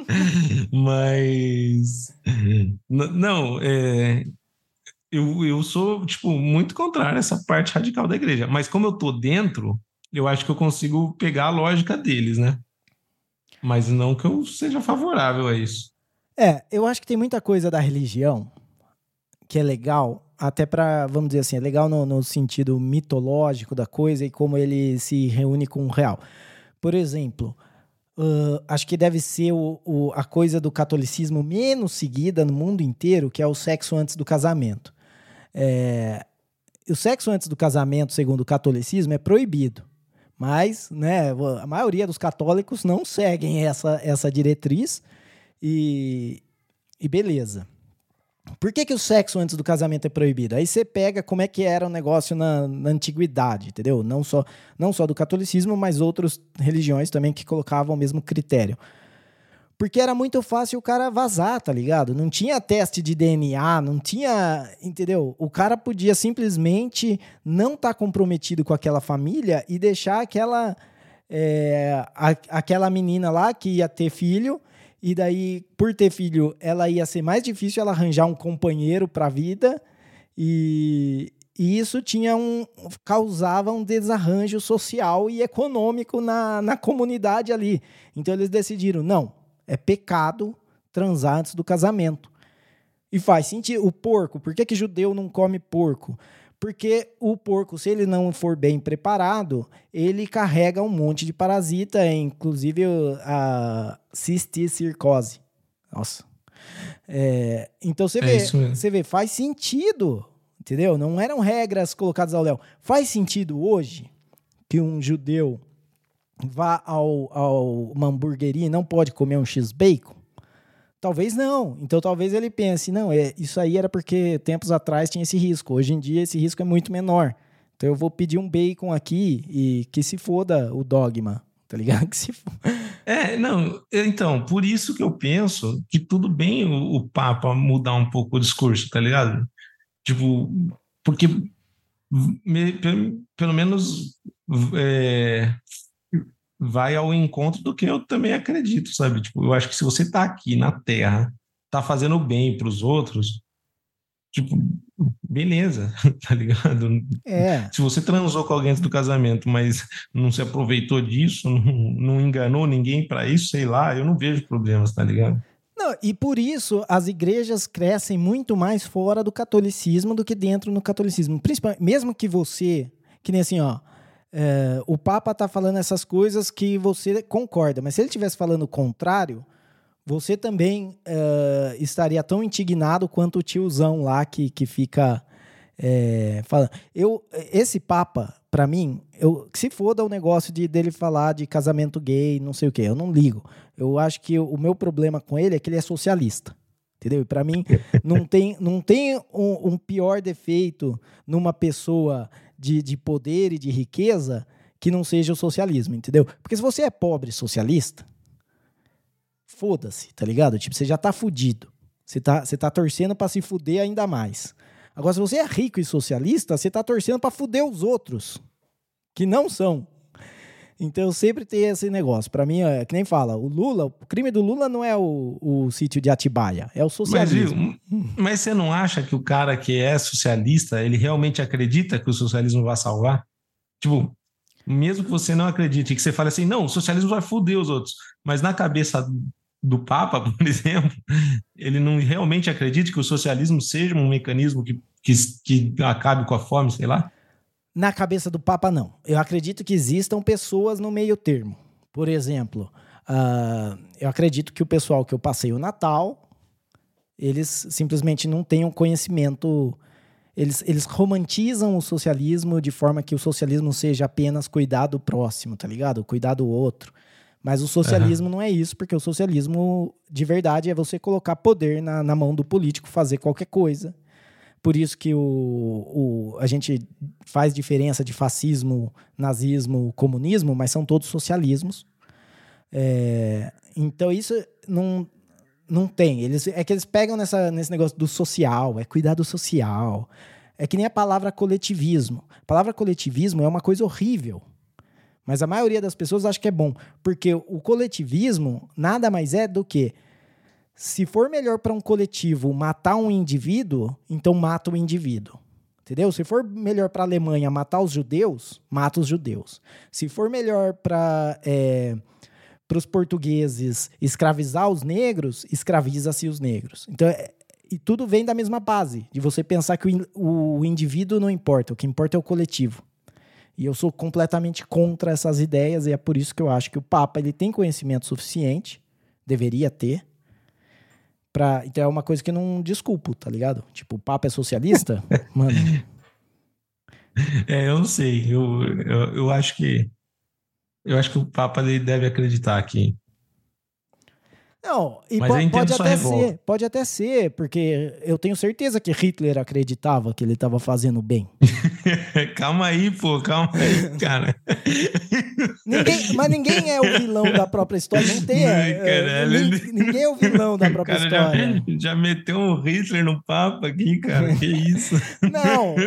[SPEAKER 1] mas... Não, é... Eu, eu sou, tipo, muito contrário a essa parte radical da igreja. Mas como eu tô dentro, eu acho que eu consigo pegar a lógica deles, né? Mas não que eu seja favorável a isso.
[SPEAKER 2] É, eu acho que tem muita coisa da religião que é legal, até para, vamos dizer assim, é legal no, no sentido mitológico da coisa e como ele se reúne com o real. Por exemplo, uh, acho que deve ser o, o, a coisa do catolicismo menos seguida no mundo inteiro, que é o sexo antes do casamento. É, o sexo antes do casamento, segundo o catolicismo, é proibido. Mas, né, a maioria dos católicos não seguem essa, essa diretriz e, e beleza. Por que, que o sexo antes do casamento é proibido? Aí você pega como é que era o negócio na, na antiguidade, entendeu? Não só, não só do catolicismo, mas outras religiões também que colocavam o mesmo critério. Porque era muito fácil o cara vazar, tá ligado? Não tinha teste de D N A, não tinha, entendeu? O cara podia simplesmente não estar tá comprometido com aquela família e deixar aquela, é, a, aquela menina lá que ia ter filho, e daí, por ter filho, ela ia ser mais difícil ela arranjar um companheiro pra vida, e, e isso tinha um, causava um desarranjo social e econômico na, na comunidade ali. Então eles decidiram, não, é pecado transar antes do casamento. E faz sentido. O porco, por que que judeu não come porco? Porque o porco, se ele não for bem preparado, ele carrega um monte de parasita, inclusive a cisticircose. Nossa. É, então você vê, é você vê, faz sentido, entendeu? Não eram regras colocadas ao léu. Faz sentido hoje que um judeu vá ao, ao uma hamburgueria e não pode comer um X-Bacon? Talvez não. Então talvez ele pense, não, é, isso aí era porque tempos atrás tinha esse risco. Hoje em dia esse risco é muito menor. Então eu vou pedir um bacon aqui e que se foda o dogma, tá ligado? Que se foda.
[SPEAKER 1] É, não, então, por isso que eu penso que tudo bem o, o Papa mudar um pouco o discurso, tá ligado? Tipo, porque me, pelo, pelo menos é, vai ao encontro do que eu também acredito, sabe? Tipo, eu acho que se você tá aqui na Terra, tá fazendo bem para os outros, tipo, beleza, tá ligado?
[SPEAKER 2] É.
[SPEAKER 1] Se você transou com alguém antes do casamento, mas não se aproveitou disso, não, não enganou ninguém para isso, sei lá, eu não vejo problemas, tá ligado?
[SPEAKER 2] Não, e por isso as igrejas crescem muito mais fora do catolicismo do que dentro no catolicismo. Principalmente, mesmo que você, que nem assim, ó, é, o Papa tá falando essas coisas que você concorda, mas se ele estivesse falando o contrário, você também é, estaria tão indignado quanto o tiozão lá que, que fica é, falando. Eu, esse Papa, pra mim, eu, que se foda o negócio de, dele falar de casamento gay, não sei o quê, eu não ligo. Eu acho que o meu problema com ele é que ele é socialista, entendeu? E pra mim, não tem, não tem um, um pior defeito numa pessoa de, de poder e de riqueza que não seja o socialismo, entendeu? Porque se você é pobre socialista, foda-se, tá ligado? Tipo, você já tá fudido. Você tá, você tá torcendo pra se fuder ainda mais. Agora, se você é rico e socialista, você tá torcendo pra fuder os outros, que não são. Então, eu sempre tenho esse negócio. Pra mim, é que nem fala, o Lula, o crime do Lula não é o, o sítio de Atibaia, é o socialismo.
[SPEAKER 1] Mas, viu, mas você não acha que o cara que é socialista, ele realmente acredita que o socialismo vai salvar? Tipo, mesmo que você não acredite, que você fale assim, não, o socialismo vai foder os outros, mas na cabeça do Papa, por exemplo, ele não realmente acredita que o socialismo seja um mecanismo que, que, que acabe com a fome, sei lá?
[SPEAKER 2] Na cabeça do Papa, não. Eu acredito que existam pessoas no meio termo. Por exemplo, uh, eu acredito que o pessoal que eu passei o Natal, eles simplesmente não têm um conhecimento. Eles, eles romantizam o socialismo de forma que o socialismo seja apenas cuidar do próximo, tá ligado? Cuidar do outro. Mas o socialismo uhum. não é isso, porque o socialismo de verdade é você colocar poder na, na mão do político, fazer qualquer coisa. Por isso que o, o, a gente faz diferença de fascismo, nazismo, comunismo, mas são todos socialismos. É, então isso não, não tem. Eles, é que eles pegam nessa, nesse negócio do social, é cuidar do social. É que nem a palavra coletivismo. A palavra coletivismo é uma coisa horrível. Mas a maioria das pessoas acha que é bom. Porque o coletivismo nada mais é do que se for melhor para um coletivo matar um indivíduo, então mata o indivíduo. Entendeu? Se for melhor para a Alemanha matar os judeus, mata os judeus. Se for melhor para é, os portugueses escravizar os negros, escraviza-se os negros. Então, é, e tudo vem da mesma base, de você pensar que o, o indivíduo não importa, o que importa é o coletivo. E eu sou completamente contra essas ideias, e é por isso que eu acho que o Papa ele tem conhecimento suficiente, deveria ter. Pra, então é uma coisa que eu não desculpo, tá ligado? Tipo, o Papa é socialista? Mano.
[SPEAKER 1] É, eu não sei. Eu, eu, eu acho que eu acho que o Papa ele deve acreditar aqui.
[SPEAKER 2] Não, e
[SPEAKER 1] Mas
[SPEAKER 2] po-
[SPEAKER 1] eu entendo
[SPEAKER 2] pode
[SPEAKER 1] sua
[SPEAKER 2] até
[SPEAKER 1] revolta.
[SPEAKER 2] ser, pode até ser, porque eu tenho certeza que Hitler acreditava que ele estava fazendo bem.
[SPEAKER 1] Calma aí, pô, calma aí, cara.
[SPEAKER 2] Ninguém, mas ninguém é o vilão da própria história, não tem.
[SPEAKER 1] Ai,
[SPEAKER 2] É, é,
[SPEAKER 1] caralho,
[SPEAKER 2] nin-
[SPEAKER 1] ele-
[SPEAKER 2] ninguém é o vilão da
[SPEAKER 1] O
[SPEAKER 2] própria
[SPEAKER 1] cara já,
[SPEAKER 2] história.
[SPEAKER 1] já meteu um Hitler no papo aqui, cara. Que isso?
[SPEAKER 2] Não.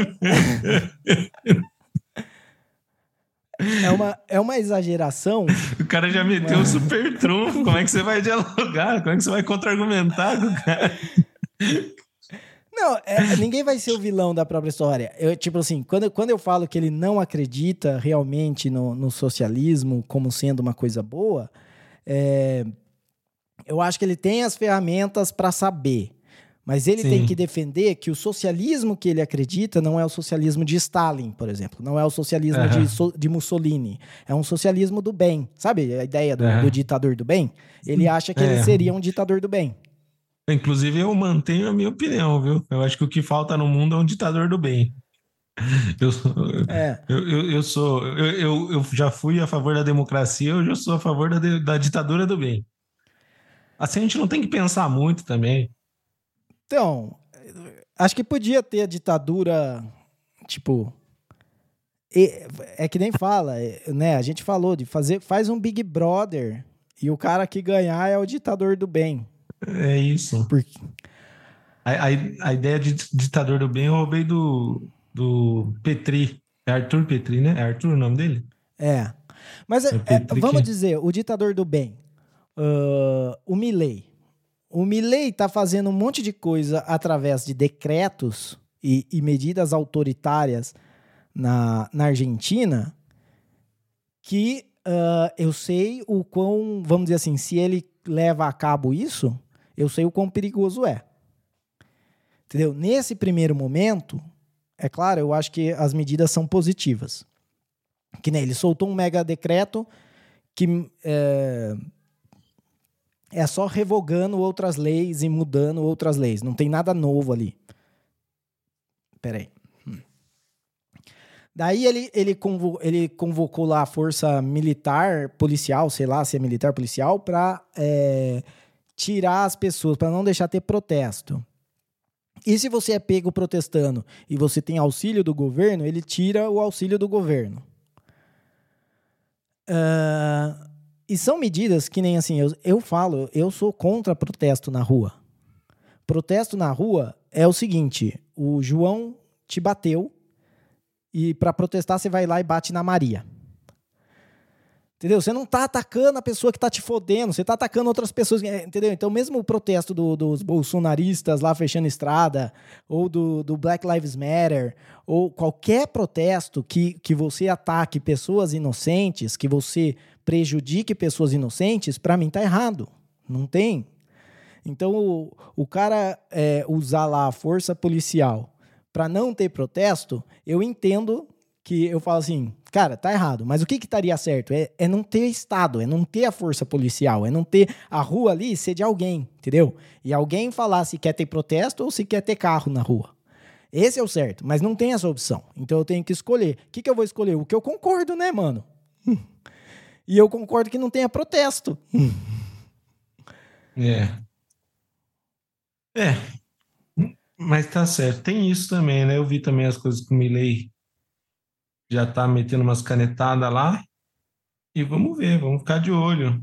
[SPEAKER 2] É uma, é uma exageração.
[SPEAKER 1] O cara já meteu um super trunfo. Como é que você vai dialogar? Como é que você vai contra-argumentar com o cara?
[SPEAKER 2] Não, é, ninguém vai ser o vilão da própria história. Eu, tipo assim, quando, quando eu falo que ele não acredita realmente no, no socialismo como sendo uma coisa boa, é, eu acho que ele tem as ferramentas para saber. Mas ele
[SPEAKER 1] Sim.
[SPEAKER 2] tem que defender que o socialismo que ele acredita não é o socialismo de Stalin, por exemplo. Não é o socialismo
[SPEAKER 1] Uhum.
[SPEAKER 2] de, so, de Mussolini. É um socialismo do bem. Sabe a ideia do,
[SPEAKER 1] Uhum.
[SPEAKER 2] do ditador do bem? Ele acha que
[SPEAKER 1] É.
[SPEAKER 2] ele seria um ditador do bem.
[SPEAKER 1] Inclusive, eu mantenho a minha opinião, viu? Eu acho que o que falta no mundo é um ditador do bem. Eu, sou-
[SPEAKER 2] É.
[SPEAKER 1] eu, eu, eu sou, eu, eu, eu já fui a favor da democracia, hoje eu sou a favor da, de- da ditadura do bem. Assim a gente não tem que pensar muito também.
[SPEAKER 2] Então, acho que podia ter a ditadura, tipo... É, é que nem fala, é, né? A gente falou de fazer... Faz um Big Brother e o cara que ganhar é o ditador do bem.
[SPEAKER 1] É isso.
[SPEAKER 2] Porque...
[SPEAKER 1] A, a, a ideia de ditador do bem eu roubei do, do Petri. É Arthur Petri, né? É Arthur o nome dele?
[SPEAKER 2] É. Mas é, é, vamos dizer, o ditador do bem, uh, o Milei. O Milei está fazendo um monte de coisa através de decretos e, e medidas autoritárias na, na Argentina que uh, eu sei o quão, vamos dizer assim, se ele leva a cabo isso, eu sei o quão perigoso é. Entendeu? Nesse primeiro momento, é claro, eu acho que as medidas são positivas. Que nem ele soltou um mega decreto que é, é só revogando outras leis e mudando outras leis. Não tem nada novo ali. Peraí. Hum. Daí ele, ele, convo, ele convocou lá a força militar, policial, sei lá se é militar, policial, para é, tirar as pessoas, para não deixar ter protesto. E se você é pego protestando e você tem auxílio do governo, ele tira o auxílio do governo. Uh, e são medidas que nem assim, eu, eu falo, eu sou contra protesto na rua. Protesto na rua é o seguinte, o João te bateu e para protestar você vai lá e bate na Maria. Entendeu? Você não tá atacando a pessoa que tá te fodendo, você tá atacando outras pessoas, entendeu? Então mesmo o protesto do, dos bolsonaristas lá fechando estrada, ou do, do Black Lives Matter, ou qualquer protesto que, que você ataque pessoas inocentes, que você prejudique pessoas inocentes, pra mim tá errado. Não tem. Então o, o cara é, usar lá a força policial pra não ter protesto, eu entendo que eu falo assim, cara, tá errado, mas o que que estaria certo? É, é não ter Estado, é não ter a força policial, é não ter a rua ali ser de alguém, entendeu? E alguém falar se quer ter protesto ou se quer ter carro na rua. Esse é o certo, mas não tem essa opção. Então eu tenho que escolher. O que que eu vou escolher? O que eu concordo, né, mano? E eu concordo que não tenha protesto.
[SPEAKER 1] É. É. Mas tá certo. Tem isso também, né? Eu vi também as coisas que o Milei já tá metendo umas canetadas lá. E vamos ver, vamos ficar de olho.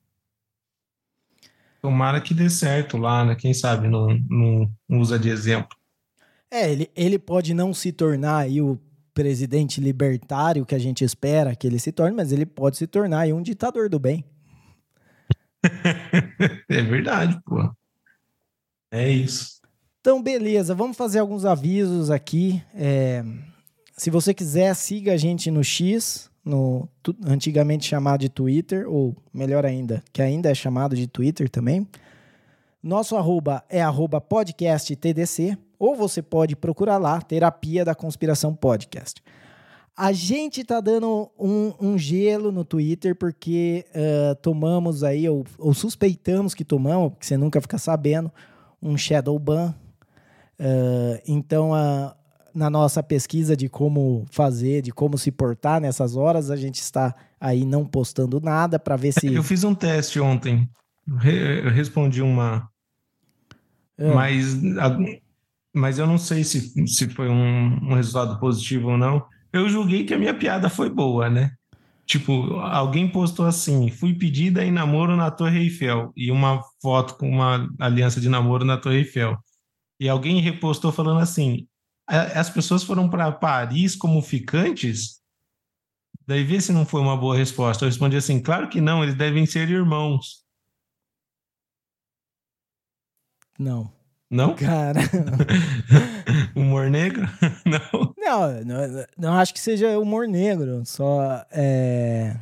[SPEAKER 1] Tomara que dê certo lá, né? Quem sabe não, não usa de exemplo.
[SPEAKER 2] É, ele, ele pode não se tornar aí o presidente libertário que a gente espera que ele se torne, mas ele pode se tornar aí um ditador do bem.
[SPEAKER 1] É verdade, pô. É isso.
[SPEAKER 2] Então, beleza, vamos fazer alguns avisos aqui. É, se você quiser, siga a gente no X, no tu, antigamente chamado de Twitter, ou melhor ainda, que ainda é chamado de Twitter também. Nosso arroba é arroba podcast T D C, ou você pode procurar lá, Terapia da Conspiração Podcast. A gente tá dando um, um gelo no Twitter porque uh, tomamos aí, ou, ou suspeitamos que tomamos, porque você nunca fica sabendo, um shadow ban. Uh, então, uh, na nossa pesquisa de como fazer, de como se portar nessas horas, a gente está aí não postando nada para ver se...
[SPEAKER 1] Eu fiz um teste ontem. Re- eu respondi uma...
[SPEAKER 2] É.
[SPEAKER 1] Mas, a- mas eu não sei se, se foi um, um resultado positivo ou não. Eu julguei que a minha piada foi boa, né? Tipo, alguém postou assim: fui pedida em namoro na Torre Eiffel. E uma foto com uma aliança de namoro na Torre Eiffel. E alguém repostou falando assim: "A- as pessoas foram para Paris como ficantes?" Daí vê se não foi uma boa resposta. Eu respondi assim: claro que não, eles devem ser irmãos.
[SPEAKER 2] Não.
[SPEAKER 1] Não?
[SPEAKER 2] Cara...
[SPEAKER 1] Humor negro? Não.
[SPEAKER 2] Não, não, não acho que seja humor negro. Só é...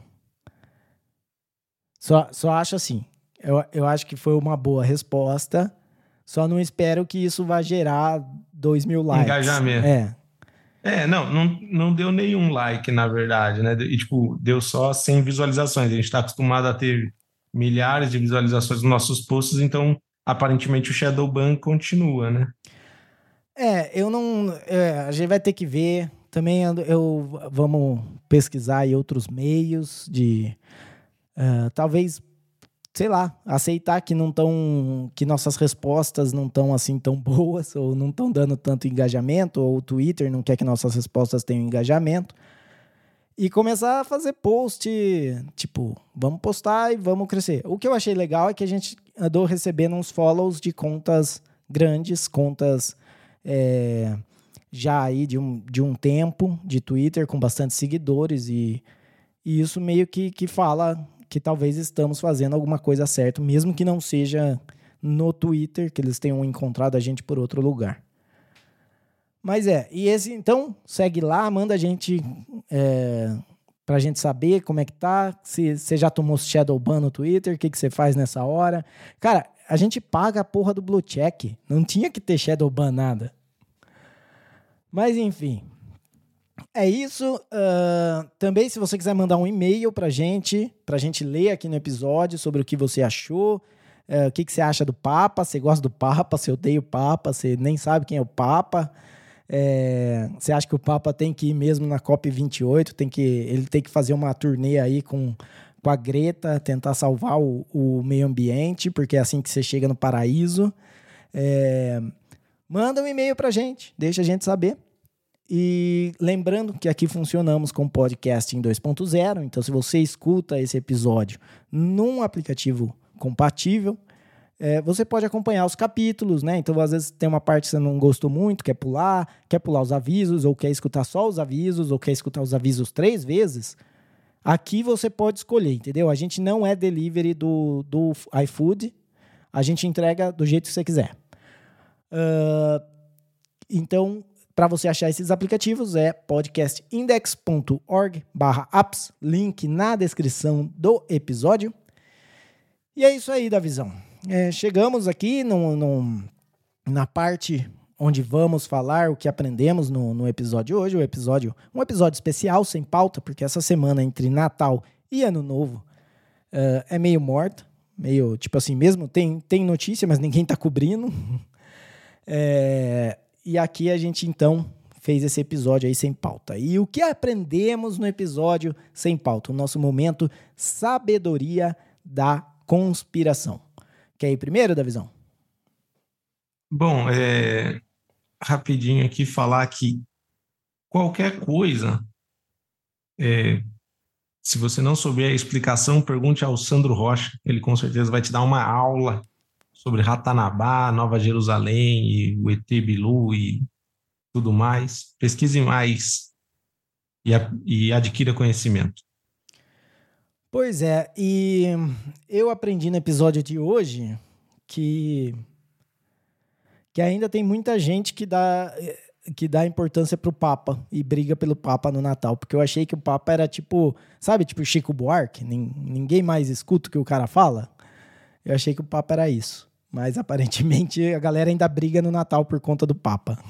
[SPEAKER 2] Só, só acho assim. Eu, eu acho que foi uma boa resposta. Só não espero que isso vá gerar dois mil likes.
[SPEAKER 1] Engajamento.
[SPEAKER 2] É.
[SPEAKER 1] É, não, não, não deu nenhum like, na verdade, né? E, tipo, deu só cem visualizações. A gente está acostumado a ter milhares de visualizações nos nossos posts, então, aparentemente, o Shadowban continua, né?
[SPEAKER 2] É, eu não. É, a gente vai ter que ver. Também eu, eu- vamos pesquisar aí outros meios de. ah, talvez, sei lá, aceitar que não estão. Que nossas respostas não estão assim tão boas, ou não estão dando tanto engajamento, ou o Twitter não quer que nossas respostas tenham engajamento. E começar a fazer post, tipo, vamos postar e vamos crescer. O que eu achei legal é que a gente andou recebendo uns follows de contas grandes, contas é, já aí de um, de um tempo de Twitter com bastante seguidores e, E isso meio que, que fala que talvez estamos fazendo alguma coisa certa, mesmo que não seja no Twitter, que eles tenham encontrado a gente por outro lugar. Mas é, e esse, então, segue lá, manda a gente, é, pra gente saber como é que tá, se você já tomou Shadowban no Twitter, o que, que você faz nessa hora. Cara, a gente paga a porra do Blue Check, não tinha que ter Shadowban nada. Mas, enfim, é isso. Uh, também, se você quiser mandar um e-mail pra gente, pra gente ler aqui no episódio sobre o que você achou, uh, o que, que você acha do Papa, você gosta do Papa, você odeia o Papa, você nem sabe quem é o Papa. É, você acha que o Papa tem que ir mesmo na COP vinte e oito, tem que, ele tem que fazer uma turnê aí com, com a Greta, tentar salvar o, o meio ambiente, porque é assim que você chega no paraíso. É, manda um e-mail pra gente, deixa a gente saber. E lembrando que aqui funcionamos com podcast em dois ponto zero, então se você escuta esse episódio num aplicativo compatível, É, você pode acompanhar os capítulos, né? Então, às vezes, tem uma parte que você não gostou muito, quer pular, quer pular os avisos, ou quer escutar só os avisos, ou quer escutar os avisos três vezes. Aqui você pode escolher, entendeu? A gente não é delivery do, do iFood, a gente entrega do jeito que você quiser. Uh, então, para você achar esses aplicativos, é podcastindex.org barra apps, link na descrição do episódio. E é isso aí, Davizão. É, chegamos aqui no, no, na parte onde vamos falar o que aprendemos no, no episódio hoje, o episódio, um episódio especial, sem pauta, porque essa semana entre Natal e Ano Novo uh, é meio morta, meio, tipo assim, mesmo tem, tem notícia, mas ninguém tá cobrindo. É, e aqui a gente, então, fez esse episódio aí sem pauta. E o que aprendemos no episódio sem pauta? O nosso momento sabedoria da conspiração. Quer ir primeiro, Davizão?
[SPEAKER 1] Bom, é, rapidinho aqui falar que qualquer coisa, é, se você não souber a explicação, pergunte ao Sandro Rocha, ele com certeza vai te dar uma aula sobre Ratanabá, Nova Jerusalém, e o E T Bilu e tudo mais. Pesquise mais e, a, e adquira conhecimento.
[SPEAKER 2] Pois é, e eu aprendi no episódio de hoje que, que ainda tem muita gente que dá, que dá importância pro Papa e briga pelo Papa no Natal, porque eu achei que o Papa era tipo, sabe, tipo Chico Buarque, ninguém mais escuta o que o cara fala. Eu achei que o Papa era isso, mas aparentemente a galera ainda briga no Natal por conta do Papa.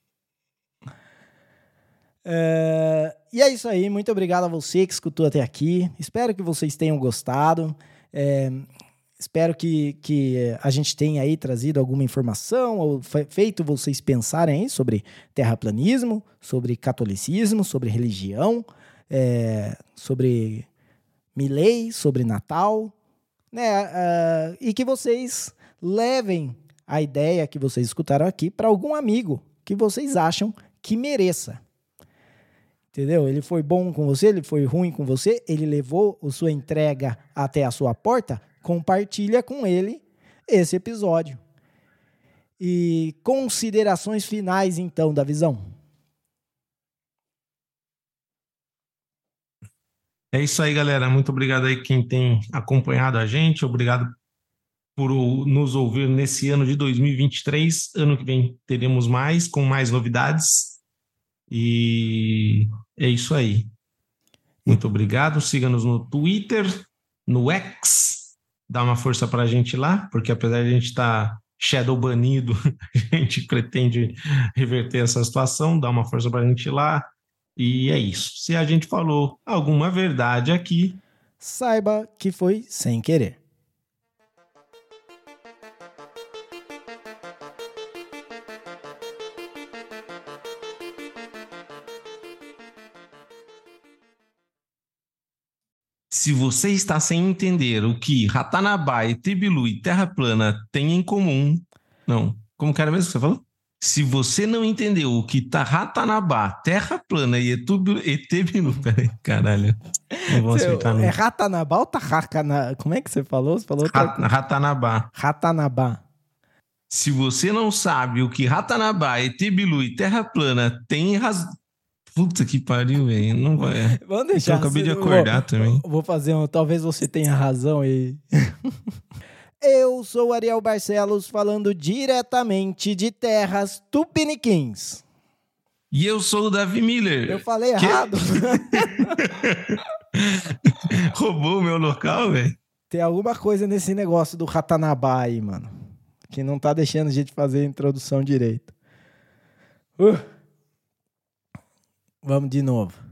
[SPEAKER 2] É, e é isso aí, muito obrigado a você que escutou até aqui, espero que vocês tenham gostado, é, espero que, que a gente tenha aí trazido alguma informação ou feito vocês pensarem aí sobre terraplanismo, sobre catolicismo, sobre religião, é, sobre Milei, sobre Natal, né, uh, e que vocês levem a ideia que vocês escutaram aqui para algum amigo que vocês acham que mereça. Entendeu? Ele foi bom com você, ele foi ruim com você, ele levou a sua entrega até a sua porta, compartilha com ele esse episódio. E considerações finais, então, Davizão.
[SPEAKER 1] É isso aí, galera. Muito obrigado aí quem tem acompanhado a gente. Obrigado por nos ouvir nesse ano de dois mil e vinte e três. Ano que vem teremos mais, com mais novidades. E é isso aí. Muito obrigado. Siga-nos no Twitter, no X. Dá uma força pra gente lá, porque apesar de a gente estar shadow banido, a gente pretende reverter essa situação. Dá uma força pra gente lá. E é isso. Se a gente falou alguma verdade aqui,
[SPEAKER 2] saiba que foi sem querer.
[SPEAKER 1] Se você está sem entender o que Ratanabá, E T Bilu e Terra Plana têm em comum... Não, como que era mesmo que você falou? Se você não entendeu o que tá Ratanabá, Terra Plana e E T Bilu... Peraí, caralho. Não vou acertar nunca.
[SPEAKER 2] É Ratanabá ou Tarracana? Como é que você falou? Você falou
[SPEAKER 1] outra... Ratanabá.
[SPEAKER 2] Ratanabá.
[SPEAKER 1] Se você não sabe o que Ratanabá, E T Bilu e Terra Plana têm raz... Puta que pariu, velho. Não vai.
[SPEAKER 2] Vamos deixar.
[SPEAKER 1] Eu acabei de
[SPEAKER 2] assim,
[SPEAKER 1] acordar
[SPEAKER 2] vou,
[SPEAKER 1] também.
[SPEAKER 2] Vou fazer um. Talvez você tenha razão aí. Eu sou o Ariel Barcelos, falando diretamente de terras tupiniquins.
[SPEAKER 1] E eu sou o Davi Miller.
[SPEAKER 2] Eu falei
[SPEAKER 1] que...
[SPEAKER 2] errado.
[SPEAKER 1] Roubou o meu local, velho?
[SPEAKER 2] Tem alguma coisa nesse negócio do Ratanabá aí, mano, que não tá deixando a gente fazer a introdução direito. Uh. Vamos de novo.